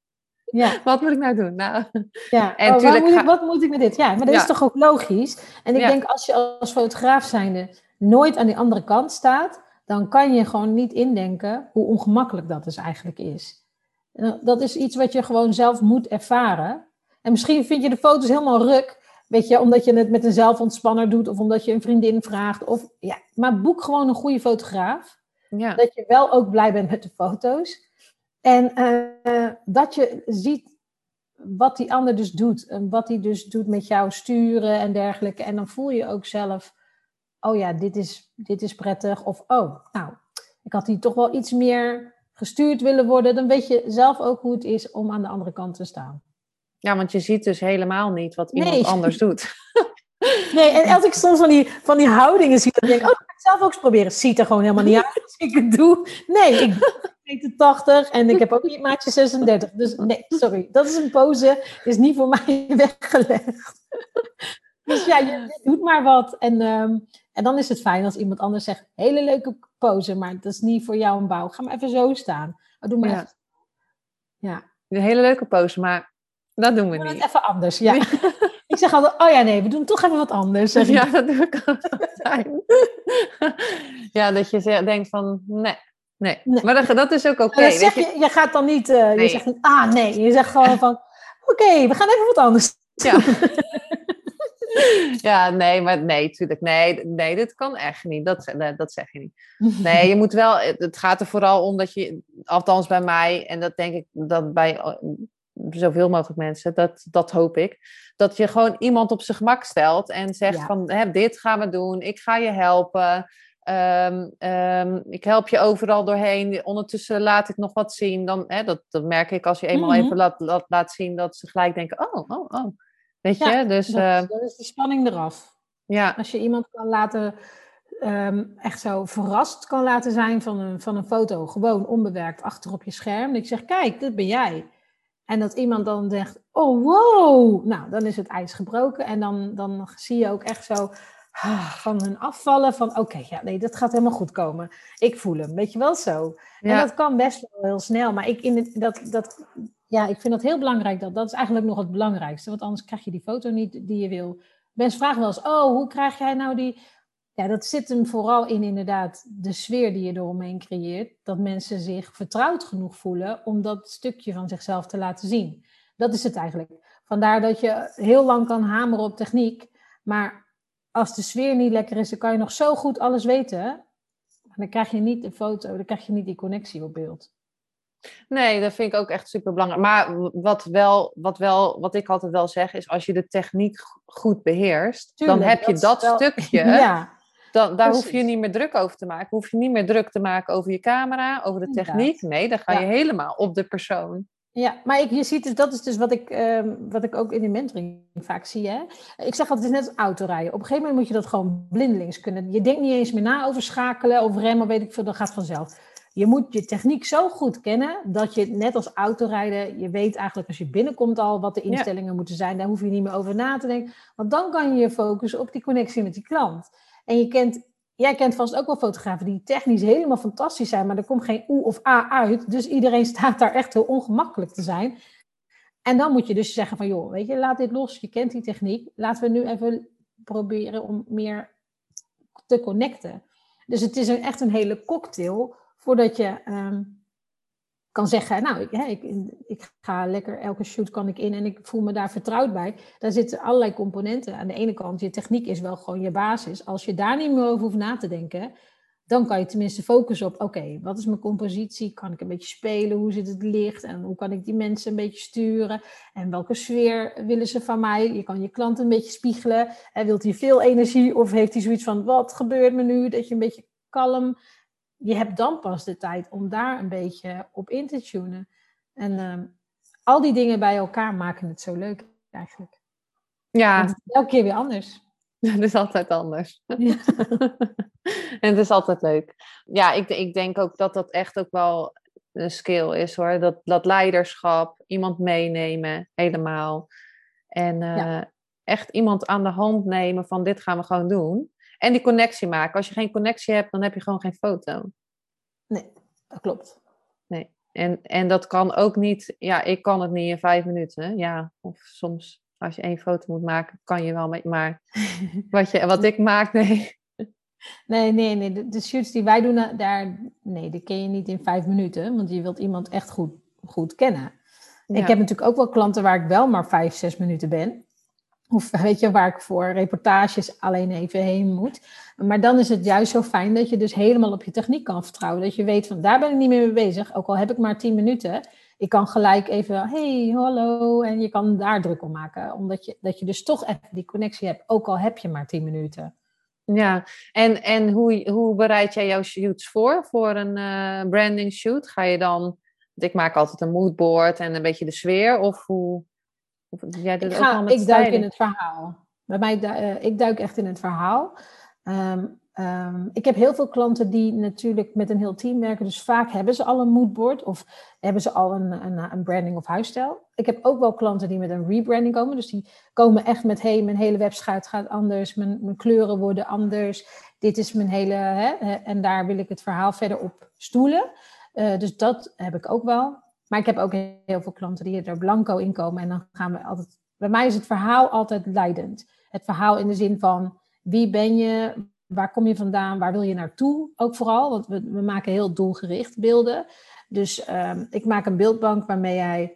Ja. Wat moet ik nou doen? Nou, ja. En oh, moet ga... ik, wat moet ik met dit? Ja, maar dat ja. is toch ook logisch? En ik ja. denk, als je als fotograaf zijnde nooit aan die andere kant staat, dan kan je gewoon niet indenken hoe ongemakkelijk dat dus eigenlijk is. Dat is iets wat je gewoon zelf moet ervaren. En misschien vind je de foto's helemaal ruk, weet je, omdat je het met een zelfontspanner doet of omdat je een vriendin vraagt. Of, ja, maar boek gewoon een goede fotograaf. Ja. Dat je wel ook blij bent met de foto's. En uh, dat je ziet wat die ander dus doet. En wat hij dus doet met jou sturen en dergelijke. En dan voel je ook zelf, oh ja, dit is, dit is prettig. Of, oh, nou, ik had hier toch wel iets meer gestuurd willen worden. Dan weet je zelf ook hoe het is om aan de andere kant te staan. Ja, want je ziet dus helemaal niet wat iemand nee. anders doet. Nee, en als ik soms van die, van die houdingen zie, dan denk ik, oh, dat ga ik zelf ook eens proberen. Het ziet er gewoon helemaal niet uit als ik het doe. Nee, ik ben meter tachtig en ik heb ook niet maatje zesendertig. Dus nee, sorry, dat is een pose, is niet voor mij weggelegd. Dus ja, je, je doet maar wat. En, um, en dan is het fijn als iemand anders zegt, hele leuke pose, maar dat is niet voor jou een bouw. Ga maar even zo staan. Oh, doe maar ja. even. Ja. Een hele leuke pose, maar dat doen we doe niet. Het even anders, ja. Ik zeg altijd, oh ja, nee, we doen toch even wat anders. Zeg ja, dat doe ik altijd. Ja, dat je denkt van, nee, nee. nee. Maar dat, dat is ook oké. Okay, zeg je, je gaat dan niet, uh, nee. je zegt niet, ah nee. Je zegt gewoon van, oké, okay, we gaan even wat anders doen. Ja. Ja, nee, maar nee, natuurlijk. Nee, nee, dit kan echt niet. Dat, dat zeg je niet. Nee, je moet wel, het gaat er vooral om dat je, althans bij mij, en dat denk ik dat bij zoveel mogelijk mensen, dat, dat hoop ik, dat je gewoon iemand op zijn gemak stelt en zegt ja. van, hè, dit gaan we doen, ik ga je helpen, um, um, ik help je overal doorheen, ondertussen laat ik nog wat zien. Dan, hè, dat, dat merk ik als je eenmaal mm-hmm. even laat, laat, laat zien, dat ze gelijk denken, oh, oh, oh. Weet je, ja, dus... Dat, uh, dat is de spanning eraf. Ja. Als je iemand kan laten, um, echt zo verrast kan laten zijn van een, van een foto, gewoon onbewerkt achter op je scherm. Dat ik zeg, kijk, dit ben jij. En dat iemand dan zegt, oh wow, nou, dan is het ijs gebroken. En dan, dan zie je ook echt zo ah, van hun afvallen van, oké, okay, ja, nee, dat gaat helemaal goed komen. Ik voel hem, weet je wel zo. Ja. En dat kan best wel heel snel, maar ik, in het, dat, dat, ja, ik vind dat heel belangrijk. Dat, dat is eigenlijk nog het belangrijkste, want anders krijg je die foto niet die je wil. Mensen vragen wel eens, oh, hoe krijg jij nou die... Ja, dat zit hem vooral in inderdaad de sfeer die je eromheen creëert. Dat mensen zich vertrouwd genoeg voelen om dat stukje van zichzelf te laten zien. Dat is het eigenlijk. Vandaar dat je heel lang kan hameren op techniek. Maar als de sfeer niet lekker is, dan kan je nog zo goed alles weten. Maar dan krijg je niet de foto, dan krijg je niet die connectie op beeld. Nee, dat vind ik ook echt super belangrijk. Maar wat, wel, wat, wel, wat ik altijd wel zeg, is als je de techniek goed beheerst, Tuurlijk, dan heb je dat, dat wel... stukje... Ja. Dan, daar Precies. hoef je niet meer druk over te maken. Hoef je niet meer druk te maken over je camera, over de techniek. Nee, dan ga je ja. helemaal op de persoon. Ja, maar ik, je ziet dus, dat is dus wat ik, um, wat ik ook in de mentoring vaak zie. Hè? Ik zeg altijd, het is net als autorijden. Op een gegeven moment moet je dat gewoon blindelings kunnen. Je denkt niet eens meer na over schakelen, over remmen, weet ik veel, dat gaat vanzelf. Je moet je techniek zo goed kennen, dat je net als autorijden, je weet eigenlijk als je binnenkomt al wat de instellingen ja. moeten zijn. Daar hoef je niet meer over na te denken. Want dan kan je je focussen op die connectie met die klant. En je kent, jij kent vast ook wel fotografen die technisch helemaal fantastisch zijn, maar er komt geen oe of a uit. Dus iedereen staat daar echt heel ongemakkelijk te zijn. En dan moet je dus zeggen van, joh, weet je, laat dit los. Je kent die techniek. Laten we nu even proberen om meer te connecten. Dus het is een, echt een hele cocktail voordat je um, kan zeggen, nou, ik, hè, ik, ik ga lekker, elke shoot kan ik in en ik voel me daar vertrouwd bij. Daar zitten allerlei componenten. Aan de ene kant, je techniek is wel gewoon je basis. Als je daar niet meer over hoeft na te denken, dan kan je tenminste focussen op, oké, okay, wat is mijn compositie? Kan ik een beetje spelen? Hoe zit het licht? En hoe kan ik die mensen een beetje sturen? En welke sfeer willen ze van mij? Je kan je klant een beetje spiegelen. Hij wilt hij veel energie of heeft hij zoiets van, wat gebeurt me nu? Dat je een beetje kalm... Je hebt dan pas de tijd om daar een beetje op in te tunen. En uh, al die dingen bij elkaar maken het zo leuk eigenlijk. Ja. Want het is elke keer weer anders. Het is altijd anders. Ja. En het is altijd leuk. Ja, ik, ik denk ook dat dat echt ook wel een skill is hoor. Dat, dat leiderschap, iemand meenemen, helemaal. En uh, ja. echt iemand aan de hand nemen van dit gaan we gewoon doen. En die connectie maken. Als je geen connectie hebt, dan heb je gewoon geen foto. Nee, dat klopt. Nee. En, en dat kan ook niet... Ja, ik kan het niet in vijf minuten. Ja, of soms als je één foto moet maken, kan je wel. Maar wat, je, wat ik maak, nee. Nee, nee, nee. De, de shoots die wij doen, daar... Nee, die ken je niet in vijf minuten. Want je wilt iemand echt goed, goed kennen. Ja. Ik heb natuurlijk ook wel klanten waar ik wel maar vijf, zes minuten ben. Of weet je, waar ik voor reportages alleen even heen moet. Maar dan is het juist zo fijn dat je dus helemaal op je techniek kan vertrouwen. Dat je weet van, daar ben ik niet meer mee bezig. Ook al heb ik maar tien minuten. Ik kan gelijk even, hey, hallo. En je kan daar druk om maken. Omdat je, dat je dus toch even die connectie hebt. Ook al heb je maar tien minuten. Ja, en, en hoe, hoe bereid jij jouw shoots voor? Voor een uh, branding shoot? Ga je dan... Ik maak altijd een moodboard en een beetje de sfeer. Of hoe... Of, jij doet ik, ook ga, wel met ik duik styling. in het verhaal. Bij mij, uh, ik duik echt in het verhaal. Um, um, ik heb heel veel klanten die natuurlijk met een heel team werken. Dus vaak hebben ze al een moodboard. Of hebben ze al een, een, een branding of huisstijl. Ik heb ook wel klanten die met een rebranding komen. Dus die komen echt met, hey, mijn hele website gaat anders. Mijn, mijn kleuren worden anders. Dit is mijn hele... Hè, en daar wil ik het verhaal verder op stoelen. Uh, dus dat heb ik ook wel. Maar ik heb ook heel veel klanten die er blanco in komen. En dan gaan we altijd... Bij mij is het verhaal altijd leidend. Het verhaal in de zin van... Wie ben je? Waar kom je vandaan? Waar wil je naartoe? Ook vooral, want we, we maken heel doelgericht beelden. Dus um, ik maak een beeldbank waarmee jij...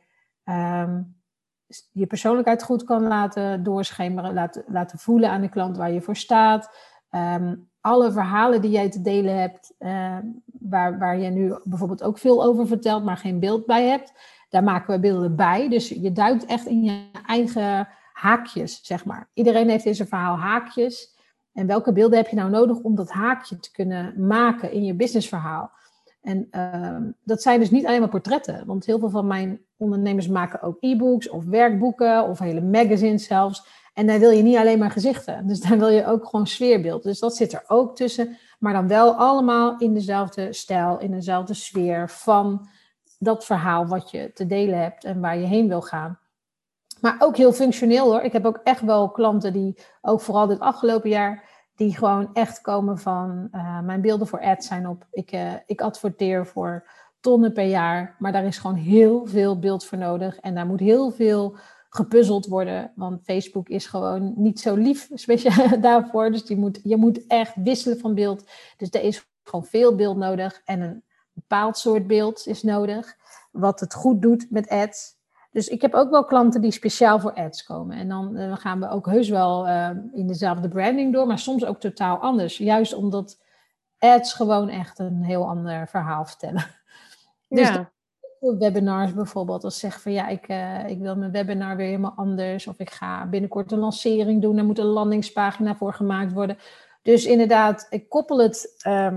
Um, je persoonlijkheid goed kan laten doorschemeren. Laten, laten voelen aan de klant waar je voor staat. Um, alle verhalen die jij te delen hebt, uh, waar, waar je nu bijvoorbeeld ook veel over vertelt, maar geen beeld bij hebt, daar maken we beelden bij. Dus je duikt echt in je eigen haakjes, zeg maar. Iedereen heeft in zijn verhaal haakjes. En welke beelden heb je nou nodig om dat haakje te kunnen maken in je businessverhaal? En uh, dat zijn dus niet alleen maar portretten, want heel veel van mijn ondernemers maken ook e-books of werkboeken of hele magazines zelfs. En daar wil je niet alleen maar gezichten. Dus daar wil je ook gewoon sfeerbeeld. Dus dat zit er ook tussen. Maar dan wel allemaal in dezelfde stijl, in dezelfde sfeer van dat verhaal wat je te delen hebt en waar je heen wil gaan. Maar ook heel functioneel hoor. Ik heb ook echt wel klanten die, ook vooral dit afgelopen jaar, die gewoon echt komen van, uh, mijn beelden voor ads zijn op. Ik, uh, ik adverteer voor tonnen per jaar, maar daar is gewoon heel veel beeld voor nodig. En daar moet heel veel gepuzzeld worden, want Facebook is gewoon niet zo lief speciaal daarvoor. Dus die moet, je moet echt wisselen van beeld. Dus er is gewoon veel beeld nodig en een bepaald soort beeld is nodig, wat het goed doet met ads. Dus ik heb ook wel klanten die speciaal voor ads komen. En dan uh, gaan we ook heus wel uh, in dezelfde branding door, maar soms ook totaal anders. Juist omdat ads gewoon echt een heel ander verhaal vertellen. Dus Ja. de webinars bijvoorbeeld, als zeg van ja, ik, uh, ik wil mijn webinar weer helemaal anders. Of ik ga binnenkort een lancering doen, daar moet een landingspagina voor gemaakt worden. Dus inderdaad, ik koppel het, uh,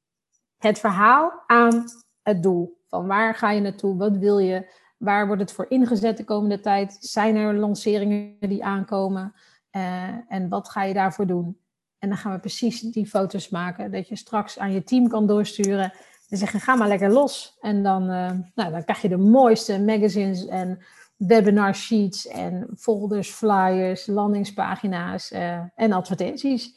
het verhaal aan het doel. Van waar ga je naartoe, wat wil je? Waar wordt het voor ingezet de komende tijd? Zijn er lanceringen die aankomen? Uh, en wat ga je daarvoor doen? En dan gaan we precies die foto's maken. Dat je straks aan je team kan doorsturen. En zeggen, ga maar lekker los. En dan, uh, nou, dan krijg je de mooiste magazines en webinar sheets en folders, flyers, landingspagina's uh, en advertenties.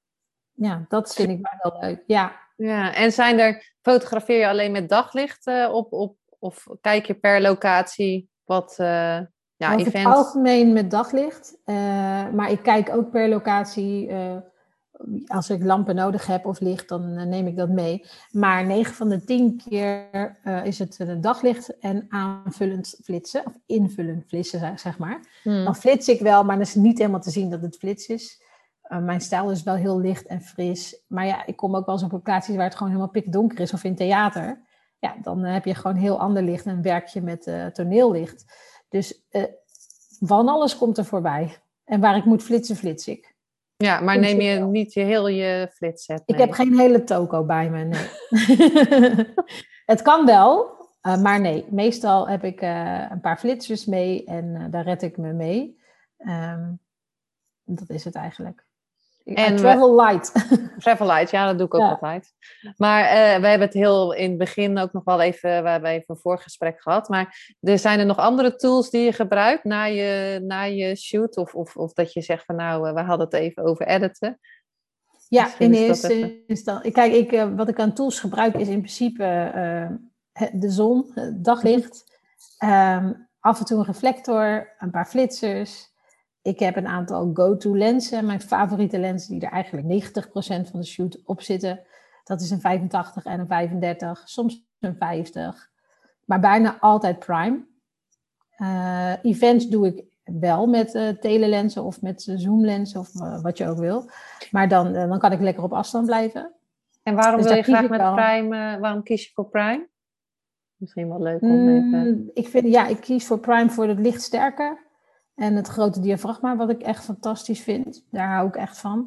Ja, dat vind ik wel heel leuk. Ja. Ja, en zijn er, fotografeer je alleen met daglicht uh, op, op, of kijk je per locatie wat uh, ja, Over events? het algemeen met daglicht. Uh, maar ik kijk ook per locatie uh, als ik lampen nodig heb of licht, dan uh, neem ik dat mee. Maar negen van de tien keer uh, is het uh, daglicht en aanvullend flitsen. Of invullend flitsen, zeg maar. Hmm. Dan flits ik wel, maar dan is het niet helemaal te zien dat het flits is. Uh, mijn stijl is wel heel licht en fris. Maar ja, ik kom ook wel eens op locaties waar het gewoon helemaal pikdonker is. Of in theater. Ja, dan uh, heb je gewoon heel ander licht en werk je met uh, toneellicht. Dus uh, van alles komt er voorbij. En waar ik moet flitsen, flits ik. Ja, maar neem je niet je heel je flitsset mee? Ik heb geen hele toko bij me, nee. Het kan wel, uh, maar nee. Meestal heb ik uh, een paar flitsers mee en uh, daar red ik me mee. Um, dat is het eigenlijk. En travel light. Travel light, ja, dat doe ik ook ja. altijd. Maar uh, we hebben het heel in het begin ook nog wel even, we hebben even een voorgesprek gehad. Maar er zijn er nog andere tools die je gebruikt na je, na je shoot? Of, of, of dat je zegt van nou, we hadden het even over editen. Ja, Misschien in eerste instantie. Kijk, ik, uh, wat ik aan tools gebruik is in principe uh, de zon, het daglicht. Um, af en toe een reflector, een paar flitsers. Ik heb een aantal go-to lenzen. Mijn favoriete lenzen die er eigenlijk negentig procent van de shoot op zitten. Dat is een vijfentachtig en een vijfendertig. Soms een vijftig. Maar bijna altijd prime. Uh, events doe ik wel met uh, telelenzen of met uh, zoomlenzen of uh, wat je ook wil. Maar dan, uh, dan kan ik lekker op afstand blijven. En waarom dus wil je graag met wel... prime? Uh, waarom kies je voor prime? Misschien wel leuk om mm, even... Ik vind, ja, ik kies voor prime voor het licht sterker. En het grote diafragma, wat ik echt fantastisch vind. Daar hou ik echt van.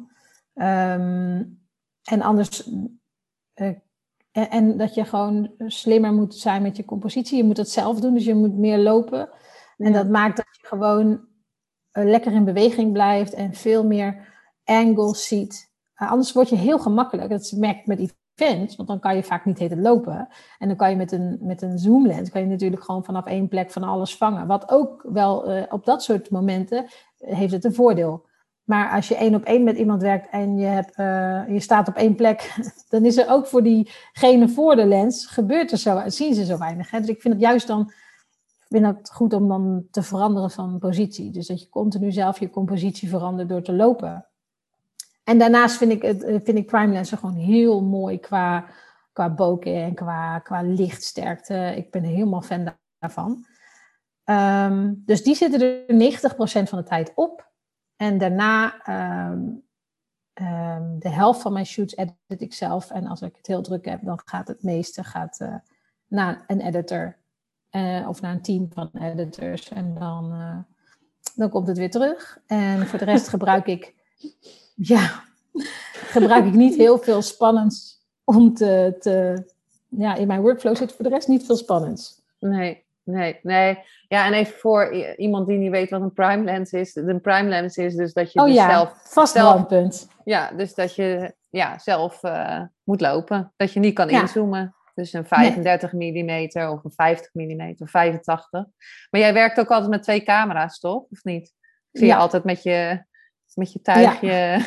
Um, en anders... Uh, en, en dat je gewoon slimmer moet zijn met je compositie. Je moet het zelf doen, dus je moet meer lopen. En ja. dat maakt dat je gewoon uh, lekker in beweging blijft. En veel meer angles ziet. Uh, anders word je heel gemakkelijk. Dat merk ik met events. Want dan kan je vaak niet heten lopen. En dan kan je met een, met een zoomlens... kan je natuurlijk gewoon vanaf één plek van alles vangen. Wat ook wel uh, op dat soort momenten... Uh, heeft het een voordeel. Maar als je één op één met iemand werkt... en je, hebt, uh, je staat op één plek... dan is er ook voor diegene voor de lens... gebeurt er zo, zien ze zo weinig. Hè? Dus ik vind het juist dan... Ik vind het goed om dan te veranderen van positie. Dus dat je continu zelf je compositie verandert door te lopen. En daarnaast vind ik, het, vind ik prime lenzen gewoon heel mooi qua, qua bokeh en qua, qua lichtsterkte. Ik ben helemaal fan daarvan. Um, dus die zitten er negentig procent van de tijd op. En daarna um, um, de helft van mijn shoots edit ik zelf. En als ik het heel druk heb, dan gaat het meeste gaat, uh, naar een editor. Uh, of naar een team van editors. En dan, uh, dan komt het weer terug. En voor de rest gebruik ik... Ja, gebruik ik niet heel veel spannends om te, te... Ja, in mijn workflow zit voor de rest niet veel spannends. Nee, nee, nee. Ja, en even voor iemand die niet weet wat een prime lens is. Een prime lens is dus dat je oh, dus ja, zelf... vast brandpunt. Ja, dus dat je ja, zelf uh, moet lopen. Dat je niet kan ja. inzoomen. Dus een vijfendertig nee. millimeter of een vijftig millimeter, vijfentachtig. Maar jij werkt ook altijd met twee camera's, toch? Of niet? Ik zie ja. je altijd met je, met je tuigje... Ja.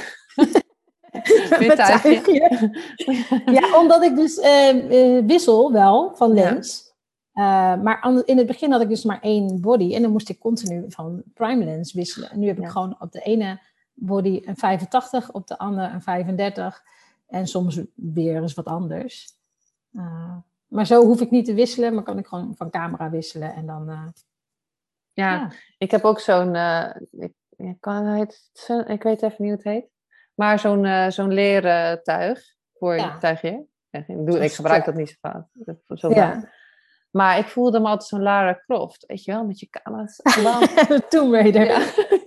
Met tuigje. Ja, omdat ik dus uh, uh, wissel wel van lens. Ja. Uh, maar in het begin had ik dus maar één body. En dan moest ik continu van prime lens wisselen. En nu heb ik ja. gewoon op de ene body een vijfentachtig, op de andere een vijfendertig. En soms weer eens wat anders. Uh, maar zo hoef ik niet te wisselen, maar kan ik gewoon van camera wisselen. En dan... Uh, ja, ja, ik heb ook zo'n... Uh, ik, kan het, ik weet even niet hoe het heet. Maar zo'n, uh, zo'n leren tuig voor je ja. tuigje. Ik, doe, ik gebruik dat niet zo vaak. Zo ja. Maar ik voelde me altijd zo'n Lara Croft. Weet je wel, met je camera's. Tomb Raider. Ja.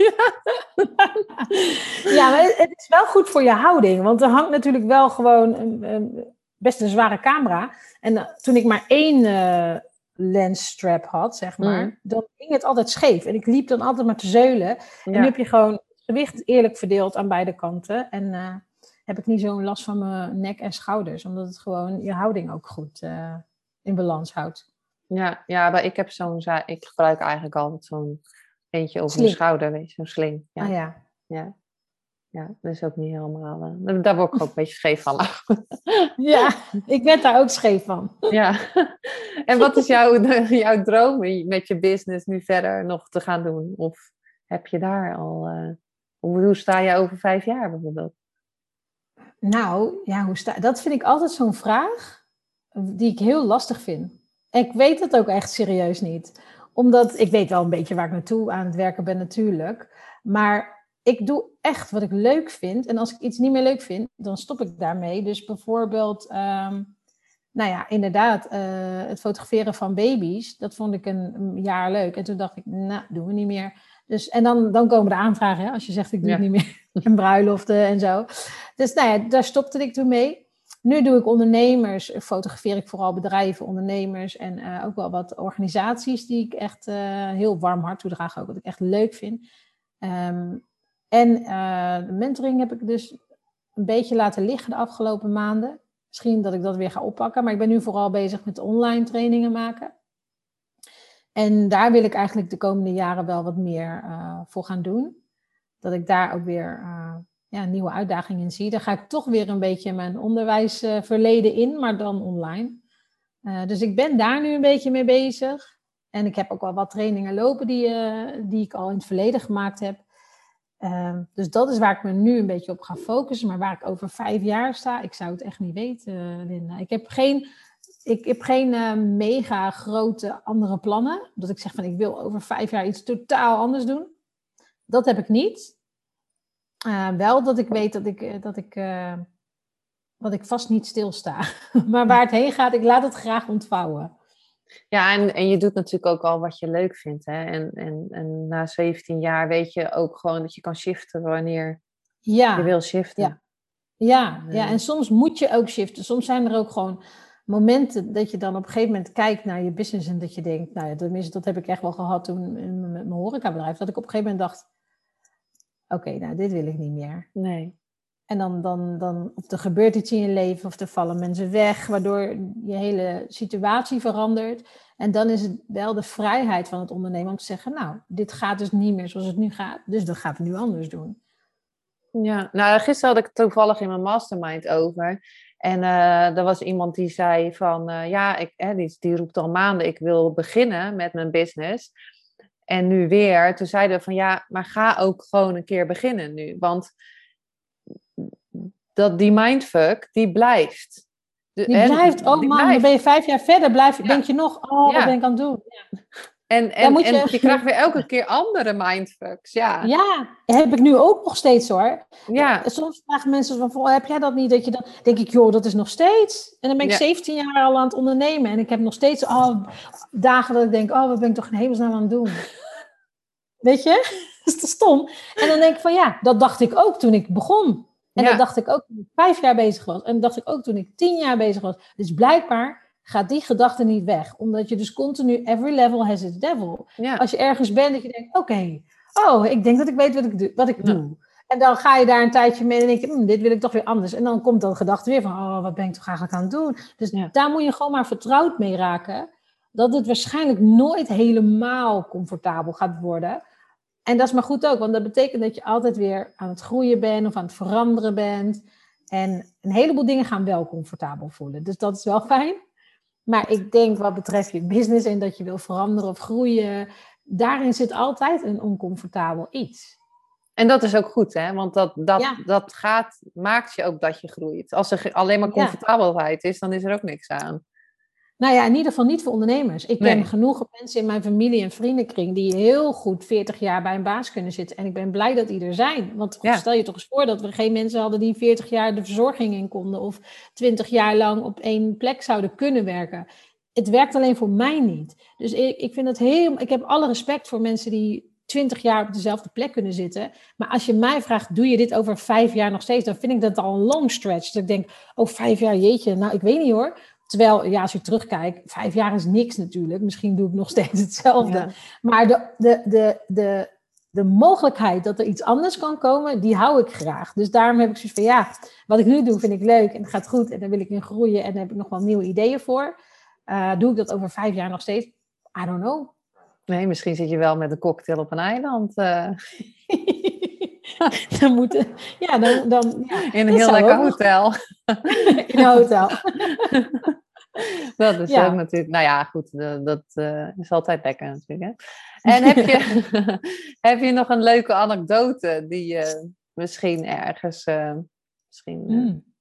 Ja, maar het, het is wel goed voor je houding. Want er hangt natuurlijk wel gewoon een, een, best een zware camera. En uh, toen ik maar één uh, lensstrap had, zeg maar. Mm. Dan ging het altijd scheef. En ik liep dan altijd maar te zeulen. Ja. En nu heb je gewoon... gewicht eerlijk verdeeld aan beide kanten. En uh, heb ik niet zo'n last van mijn nek en schouders. Omdat het gewoon je houding ook goed uh, in balans houdt. Ja, ja, maar ik heb zo'n... Ik gebruik eigenlijk altijd zo'n eentje over sling. mijn schouder. Weet je, zo'n sling. Ja. Ah ja. Ja. Ja, dat is ook niet helemaal... Uh, daar word ik ook een beetje scheef van. Ja, ik werd daar ook scheef van. Ja. En wat is jouw, jouw droom met je business nu verder nog te gaan doen? Of heb je daar al... Uh, Hoe, hoe sta je over vijf jaar bijvoorbeeld? Nou, ja, hoe sta... dat vind ik altijd zo'n vraag die ik heel lastig vind. Ik weet het ook echt serieus niet. Omdat ik weet wel een beetje waar ik naartoe aan het werken ben natuurlijk. Maar ik doe echt wat ik leuk vind. En als ik iets niet meer leuk vind, dan stop ik daarmee. Dus bijvoorbeeld, um, nou ja, inderdaad, uh, het fotograferen van baby's. Dat vond ik een, een jaar leuk. En toen dacht ik, nou, doen we niet meer. Dus, en dan, dan komen de aanvragen, hè, als je zegt, ik doe ja. het niet meer. En bruiloften en zo. Dus nou ja, daar stopte ik toen mee. Nu doe ik ondernemers, fotografeer ik vooral bedrijven, ondernemers en uh, ook wel wat organisaties die ik echt uh, heel warm hart toedraag, ook wat ik echt leuk vind. Um, en uh, de mentoring heb ik dus een beetje laten liggen de afgelopen maanden. Misschien dat ik dat weer ga oppakken, maar ik ben nu vooral bezig met online trainingen maken. En daar wil ik eigenlijk de komende jaren wel wat meer uh, voor gaan doen. Dat ik daar ook weer uh, ja, nieuwe uitdagingen in zie. Daar ga ik toch weer een beetje mijn onderwijsverleden uh, in, maar dan online. Uh, dus ik ben daar nu een beetje mee bezig. En ik heb ook wel wat trainingen lopen die, uh, die ik al in het verleden gemaakt heb. Uh, dus dat is waar ik me nu een beetje op ga focussen. Maar waar ik over vijf jaar sta, ik zou het echt niet weten, uh, Linda. Ik heb geen... Ik heb geen uh, mega grote andere plannen. Dat ik zeg van ik wil over vijf jaar iets totaal anders doen. Dat heb ik niet. Uh, wel dat ik weet dat ik, dat ik, uh, dat ik vast niet stilsta. Maar waar het heen gaat, ik laat het graag ontvouwen. Ja, en, en je doet natuurlijk ook al wat je leuk vindt. Hè? En, en, en na zeventien jaar weet je ook gewoon dat je kan shiften wanneer ja. je wil shiften. Ja. Ja, ja, en soms moet je ook shiften. Soms zijn er ook gewoon momenten dat je dan op een gegeven moment kijkt naar je business en dat je denkt, nou ja, tenminste, dat heb ik echt wel gehad toen met mijn horecabedrijf, dat ik op een gegeven moment dacht, oké, okay, nou, dit wil ik niet meer. Nee. En dan, dan, dan, of er gebeurt iets in je leven, of er vallen mensen weg, waardoor je hele situatie verandert. En dan is het wel de vrijheid van het ondernemen om te zeggen, nou, dit gaat dus niet meer zoals het nu gaat, dus dan gaat het nu anders doen. Ja, nou, gisteren had ik het toevallig in mijn mastermind over. En uh, er was iemand die zei van, uh, ja, ik, hè, die, die roept al maanden, ik wil beginnen met mijn business. En nu weer, toen zeiden we van, ja, maar ga ook gewoon een keer beginnen nu. Want dat, die mindfuck, die blijft. De, die blijft, oh die man, blijft. Dan ben je vijf jaar verder, blijf, ja. denk je nog, oh, ja. wat ben ik aan het doen? Ja. En, en, je... en je krijgt weer elke keer andere mindfucks, ja. Ja, heb ik nu ook nog steeds hoor. Ja. Soms vragen mensen van, heb jij dat niet? Dat je dan, denk ik, joh, dat is nog steeds. En dan ben ik ja. zeventien jaar al aan het ondernemen. En ik heb nog steeds oh, dagen dat ik denk, oh, wat ben ik toch in hemelsnaam aan het doen? Weet je? Dat is te stom. En dan denk ik van, ja, dat dacht ik ook toen ik begon. En ja. dat dacht ik ook toen ik vijf jaar bezig was. En dat dacht ik ook toen ik tien jaar bezig was. Dus blijkbaar gaat die gedachte niet weg. Omdat je dus continu, every level has its devil. Ja. Als je ergens bent dat je denkt, oké, okay, oh, ik denk dat ik weet wat ik, do- wat ik ja. doe. En dan ga je daar een tijdje mee en denk je, hm, dit wil ik toch weer anders. En dan komt dat gedachte weer van, oh, wat ben ik toch eigenlijk aan het doen? Dus ja. daar moet je gewoon maar vertrouwd mee raken. Dat het waarschijnlijk nooit helemaal comfortabel gaat worden. En dat is maar goed ook, want dat betekent dat je altijd weer aan het groeien bent of aan het veranderen bent. En een heleboel dingen gaan wel comfortabel voelen. Dus dat is wel fijn. Maar ik denk wat betreft je business en dat je wil veranderen of groeien, daarin zit altijd een oncomfortabel iets. En dat is ook goed, hè? Want dat, dat, ja. dat gaat, maakt je ook dat je groeit. Als er alleen maar comfortabelheid is, dan is er ook niks aan. Nou ja, in ieder geval niet voor ondernemers. Ik ken nee. genoeg mensen in mijn familie en vriendenkring die heel goed veertig jaar bij een baas kunnen zitten. En ik ben blij dat die er zijn. Want ja. stel je toch eens voor dat we geen mensen hadden die veertig jaar de verzorging in konden. Of twintig jaar lang op één plek zouden kunnen werken. Het werkt alleen voor mij niet. Dus ik, ik vind het heel... Ik heb alle respect voor mensen die twintig jaar op dezelfde plek kunnen zitten. Maar als je mij vraagt, doe je dit over vijf jaar nog steeds? Dan vind ik dat al een long stretch. Dat ik denk, oh vijf jaar, jeetje. Nou, ik weet niet hoor. Terwijl, ja, als je terugkijkt, vijf jaar is niks natuurlijk. Misschien doe ik nog steeds hetzelfde. Ja. Maar de, de, de, de, de mogelijkheid dat er iets anders kan komen, die hou ik graag. Dus daarom heb ik zoiets van, ja, wat ik nu doe vind ik leuk en het gaat goed. En daar wil ik in groeien en daar heb ik nog wel nieuwe ideeën voor. Uh, doe ik dat over vijf jaar nog steeds? I don't know. Nee, misschien zit je wel met een cocktail op een eiland. Uh. dan moet ja, dan, dan, ja, in een heel lekker hotel. in een hotel. Dat is ja. ook natuurlijk... Nou ja, goed, dat, dat uh, is altijd lekker natuurlijk. Hè? En heb je, heb je nog een leuke anekdote die je misschien ergens... Uh, misschien uh, mm.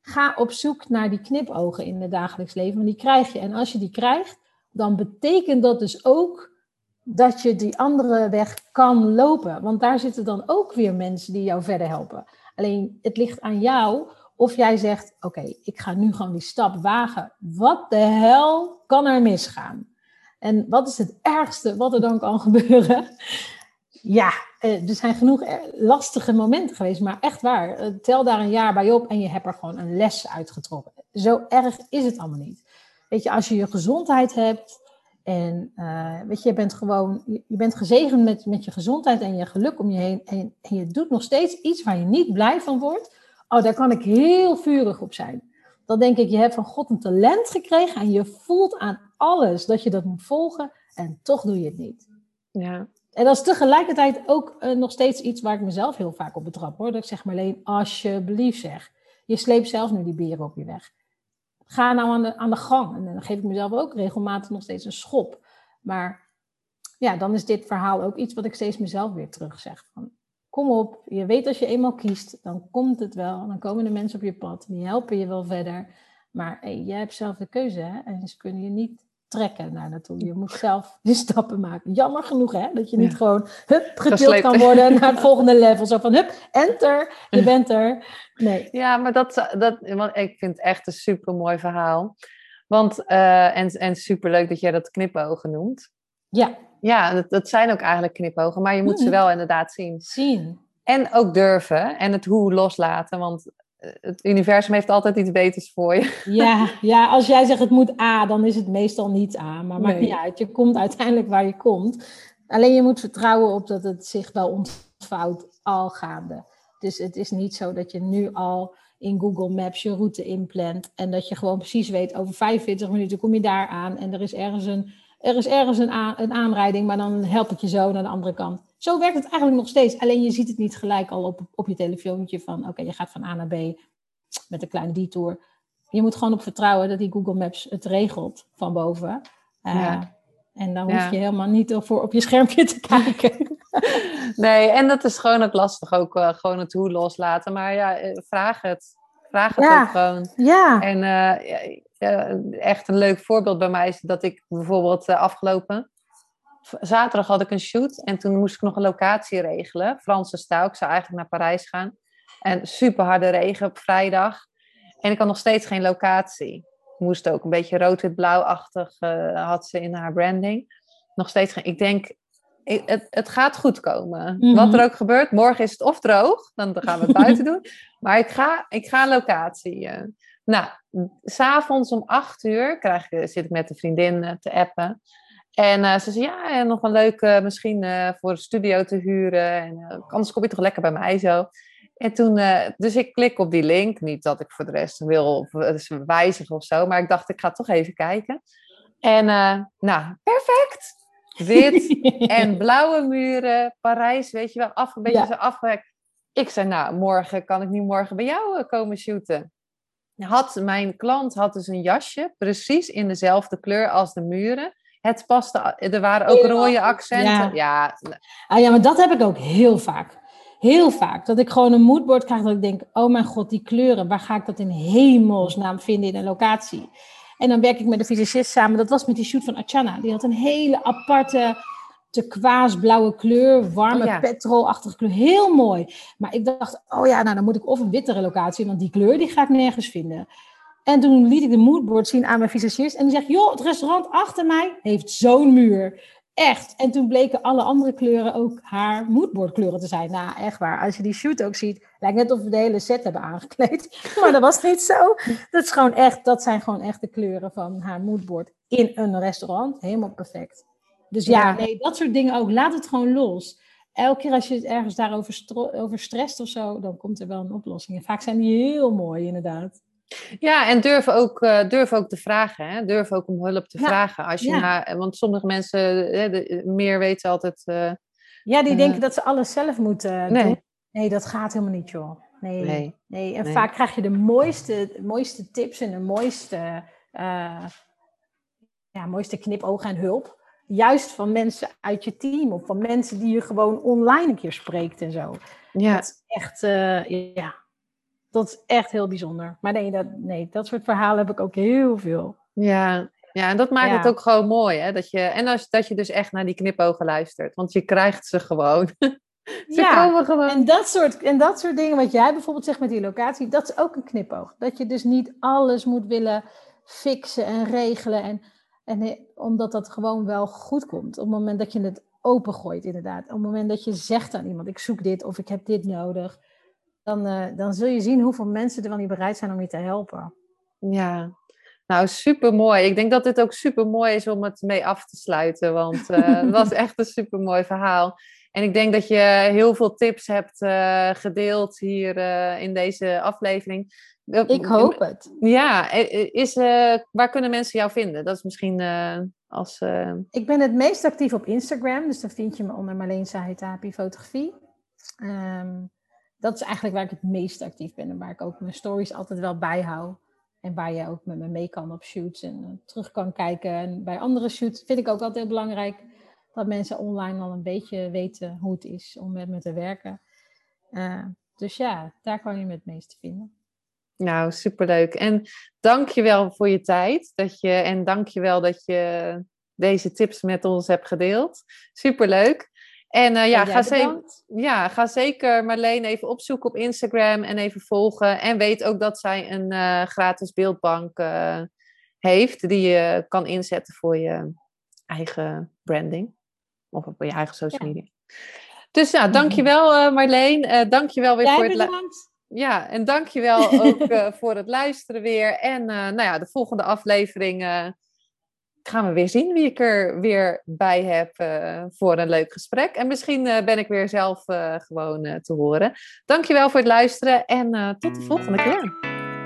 ga op zoek naar die knipogen in het dagelijks leven. Want die krijg je. En als je die krijgt, dan betekent dat dus ook dat je die andere weg kan lopen. Want daar zitten dan ook weer mensen die jou verder helpen. Alleen, het ligt aan jou of jij zegt, oké, okay, ik ga nu gewoon die stap wagen. Wat de hel kan er misgaan? En wat is het ergste wat er dan kan gebeuren? Ja, er zijn genoeg lastige momenten geweest, maar echt waar. Tel daar een jaar bij op en je hebt er gewoon een les uitgetrokken. Zo erg is het allemaal niet. Weet je, als je je gezondheid hebt en uh, weet je, je bent gewoon, je bent gezegend met, met je gezondheid en je geluk om je heen en, en je doet nog steeds iets waar je niet blij van wordt. Oh, daar kan ik heel vurig op zijn. Dan denk ik, je hebt van God een talent gekregen en je voelt aan alles dat je dat moet volgen en toch doe je het niet. Ja. En dat is tegelijkertijd ook uh, nog steeds iets waar ik mezelf heel vaak op betrap, hoor. Dat ik zeg, Marleen, alsjeblieft zeg. Je sleept zelf nu die beren op je weg. Ga nou aan de, aan de gang. En dan geef ik mezelf ook regelmatig nog steeds een schop. Maar ja, dan is dit verhaal ook iets wat ik steeds mezelf weer terug zeg. Van, kom op, je weet als je eenmaal kiest, dan komt het wel. Dan komen de mensen op je pad, die helpen je wel verder. Maar hey, jij hebt zelf de keuze, hè? En ze kunnen je niet trekken naar naartoe. Je moet zelf die stappen maken. Jammer genoeg, hè? Dat je niet ja. gewoon hup, getild kan worden naar het volgende level. Zo van hup, enter, je bent er. Nee. Ja, maar dat, dat, want ik vind het echt een supermooi verhaal. Want, uh, en, en superleuk dat jij dat knipogen noemt. Ja. Ja, dat, dat zijn ook eigenlijk knipogen, maar je moet mm. ze wel inderdaad zien. Zien. En ook durven en het hoe loslaten, want het universum heeft altijd iets beters voor je. Ja, ja, als jij zegt het moet A, dan is het meestal niet A. Maar maakt nee. niet uit, je komt uiteindelijk waar je komt. Alleen je moet vertrouwen op dat het zich wel ontvouwt al gaande. Dus het is niet zo dat je nu al in Google Maps je route inplant en dat je gewoon precies weet, over vijfenveertig minuten kom je daar aan en er is ergens een, er is ergens een, aan, een aanrijding, maar dan help ik je zo naar de andere kant. Zo werkt het eigenlijk nog steeds. Alleen je ziet het niet gelijk al op, op je telefoontje van oké, okay, je gaat van A naar B met een kleine detour. Je moet gewoon op vertrouwen dat die Google Maps het regelt van boven. Uh, ja. En dan hoef ja. je helemaal niet voor op je schermpje te kijken. Nee, en dat is gewoon het lastig ook. Uh, gewoon het hoe loslaten. Maar ja, vraag het. Vraag het ja. ook gewoon. Ja. En uh, ja, ja, echt een leuk voorbeeld bij mij is dat ik bijvoorbeeld uh, afgelopen zaterdag had ik een shoot. En toen moest ik nog een locatie regelen. Franse stijl. Ik zou eigenlijk naar Parijs gaan. En super harde regen op vrijdag. En ik had nog steeds geen locatie. Moest ook een beetje rood-wit-blauw-achtig uh, had ze in haar branding. Nog steeds geen. Ik denk, ik, het, het gaat goed komen. Mm-hmm. Wat er ook gebeurt. Morgen is het of droog. Dan gaan we het buiten doen. Maar ik ga, ik ga een locatie. Uh. Nou, 's avonds om acht uur krijg ik, zit ik met een vriendin uh, te appen. En uh, ze zei, ja, en nog een leuke misschien uh, voor een studio te huren. En, uh, anders kom je toch lekker bij mij zo. En toen, uh, dus ik klik op die link. Niet dat ik voor de rest wil of, uh, wijzigen of zo. Maar ik dacht, ik ga toch even kijken. En uh, nou, perfect. Wit en blauwe muren. Parijs, weet je wel. Af, een beetje ja. zo afgewerkt. Ik zei, nou, morgen kan ik niet morgen bij jou uh, komen shooten. Had, mijn klant had dus een jasje. Precies in dezelfde kleur als de muren. Het paste. Er waren ook rode accenten. Ja. Ja. Ah, ja, maar dat heb ik ook heel vaak. Heel vaak, dat ik gewoon een moodboard krijg dat ik denk, oh mijn god, die kleuren, waar ga ik dat in hemelsnaam vinden in een locatie? En dan werk ik met de visagist samen, dat was met die shoot van Achana. Die had een hele aparte, turquoise-blauwe kleur, warme, oh ja. petrolachtige kleur, heel mooi. Maar ik dacht, oh ja, nou dan moet ik of een wittere locatie, want die kleur die ga ik nergens vinden. En toen liet ik de moodboard zien aan mijn visagist en die zegt, joh, het restaurant achter mij heeft zo'n muur. Echt. En toen bleken alle andere kleuren ook haar moodboardkleuren te zijn. Nou, echt waar. Als je die shoot ook ziet, lijkt net of we de hele set hebben aangekleed. Maar dat was niet zo. Dat, is gewoon echt, dat zijn gewoon echt de kleuren van haar moodboard in een restaurant. Helemaal perfect. Dus ja, ja. nee, dat soort dingen ook. Laat het gewoon los. Elke keer als je het ergens daarover stro- over strest of zo, dan komt er wel een oplossing. En vaak zijn die heel mooi, inderdaad. Ja, en durf ook, uh, durf ook te vragen. Hè? Durf ook om hulp te ja. vragen. Als je ja. naar, want sommige mensen hè, de, meer weten altijd... Uh, ja, die uh, denken dat ze alles zelf moeten nee. doen. Nee, dat gaat helemaal niet, joh. Nee, nee. nee. En nee. vaak krijg je de mooiste, de mooiste tips en de mooiste, uh, ja, mooiste knipogen en hulp. Juist van mensen uit je team. Of van mensen die je gewoon online een keer spreekt en zo. Ja. Dat is echt, uh, ja... dat is echt heel bijzonder. Maar nee dat, nee, dat soort verhalen heb ik ook heel veel. Ja, ja, en dat maakt Ja. het ook gewoon mooi. Hè? Dat je, en als, dat je dus echt naar die knipogen luistert. Want je krijgt ze gewoon. Ze Ja, komen gewoon. en dat, soort, en dat soort dingen wat jij bijvoorbeeld zegt met die locatie, dat is ook een knipoog. Dat je dus niet alles moet willen fixen en regelen. En, en, eh, omdat dat gewoon wel goed komt. Op het moment dat je het opengooit inderdaad. Op het moment dat je zegt aan iemand, ik zoek dit of ik heb dit nodig. Dan, uh, dan zul je zien hoeveel mensen er wel niet bereid zijn om je te helpen. Ja, nou super mooi. Ik denk dat dit ook super mooi is om het mee af te sluiten. Want uh, het was echt een super mooi verhaal. En ik denk dat je heel veel tips hebt uh, gedeeld hier uh, in deze aflevering. Ik hoop het. Ja, is, uh, waar kunnen mensen jou vinden? Dat is misschien uh, als... Uh... Ik ben het meest actief op Instagram. Dus dan vind je me onder Marleen Sahetapi Fotografie. Um, dat is eigenlijk waar ik het meest actief ben. En waar ik ook mijn stories altijd wel bijhoud. En waar je ook met me mee kan op shoots en uh, terug kan kijken. En bij andere shoots vind ik ook altijd heel belangrijk dat mensen online al een beetje weten hoe het is om met me te werken. Uh, dus ja, daar kan je me het meeste vinden. Nou, superleuk. En dank je wel voor je tijd. Dat je, en dank je wel dat je deze tips met ons hebt gedeeld. Superleuk. En uh, ja, ga, ze- ja, ga zeker Marleen even opzoeken op Instagram en even volgen. En weet ook dat zij een uh, gratis beeldbank uh, heeft die je kan inzetten voor je eigen branding. Of op je eigen social media. Ja. Dus ja, dankjewel uh, Marleen. Uh, dankjewel weer Jij voor het... bedankt. Ja, en dankjewel ook uh, voor het luisteren weer. En uh, nou ja, de volgende aflevering uh, gaan we weer zien wie ik er weer bij heb uh, voor een leuk gesprek. En misschien uh, ben ik weer zelf uh, gewoon uh, te horen. Dankjewel voor het luisteren en uh, tot de volgende keer.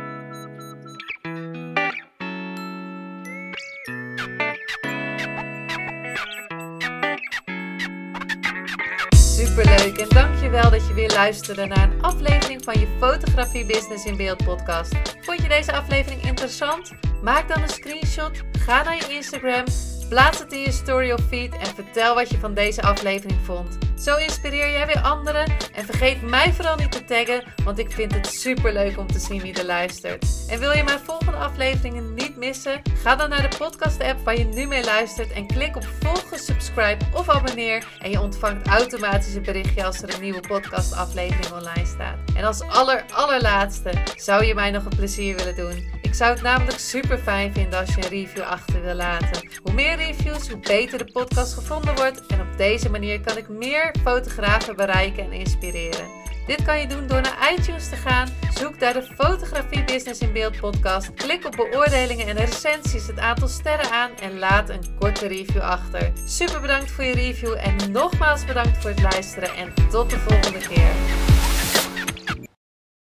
Superleuk en dankjewel dat je weer luisterde naar een aflevering van je Fotografie Business in Beeld podcast. Vond je deze aflevering interessant? Maak dan een screenshot, ga naar je Instagram, plaats het in je story of feed en vertel wat je van deze aflevering vond. Zo inspireer jij weer anderen en vergeet mij vooral niet te taggen, want ik vind het superleuk om te zien wie er luistert. En wil je mijn volgende afleveringen niet missen? Ga dan naar de podcast app waar je nu mee luistert en klik op volgen, subscribe of abonneer en je ontvangt automatisch een berichtje als er een nieuwe podcast aflevering online staat. En als aller allerlaatste zou je mij nog een plezier willen doen. Ik zou het namelijk super fijn vinden als je een review achter wil laten. Hoe meer reviews, hoe beter de podcast gevonden wordt en op deze manier kan ik meer fotografen bereiken en inspireren. Dit kan je doen door naar iTunes te gaan, zoek daar de Fotografie Business in Beeld podcast, klik op beoordelingen en recensies, het aantal sterren aan en laat een korte review achter. Super bedankt voor je review en nogmaals bedankt voor het luisteren en tot de volgende keer.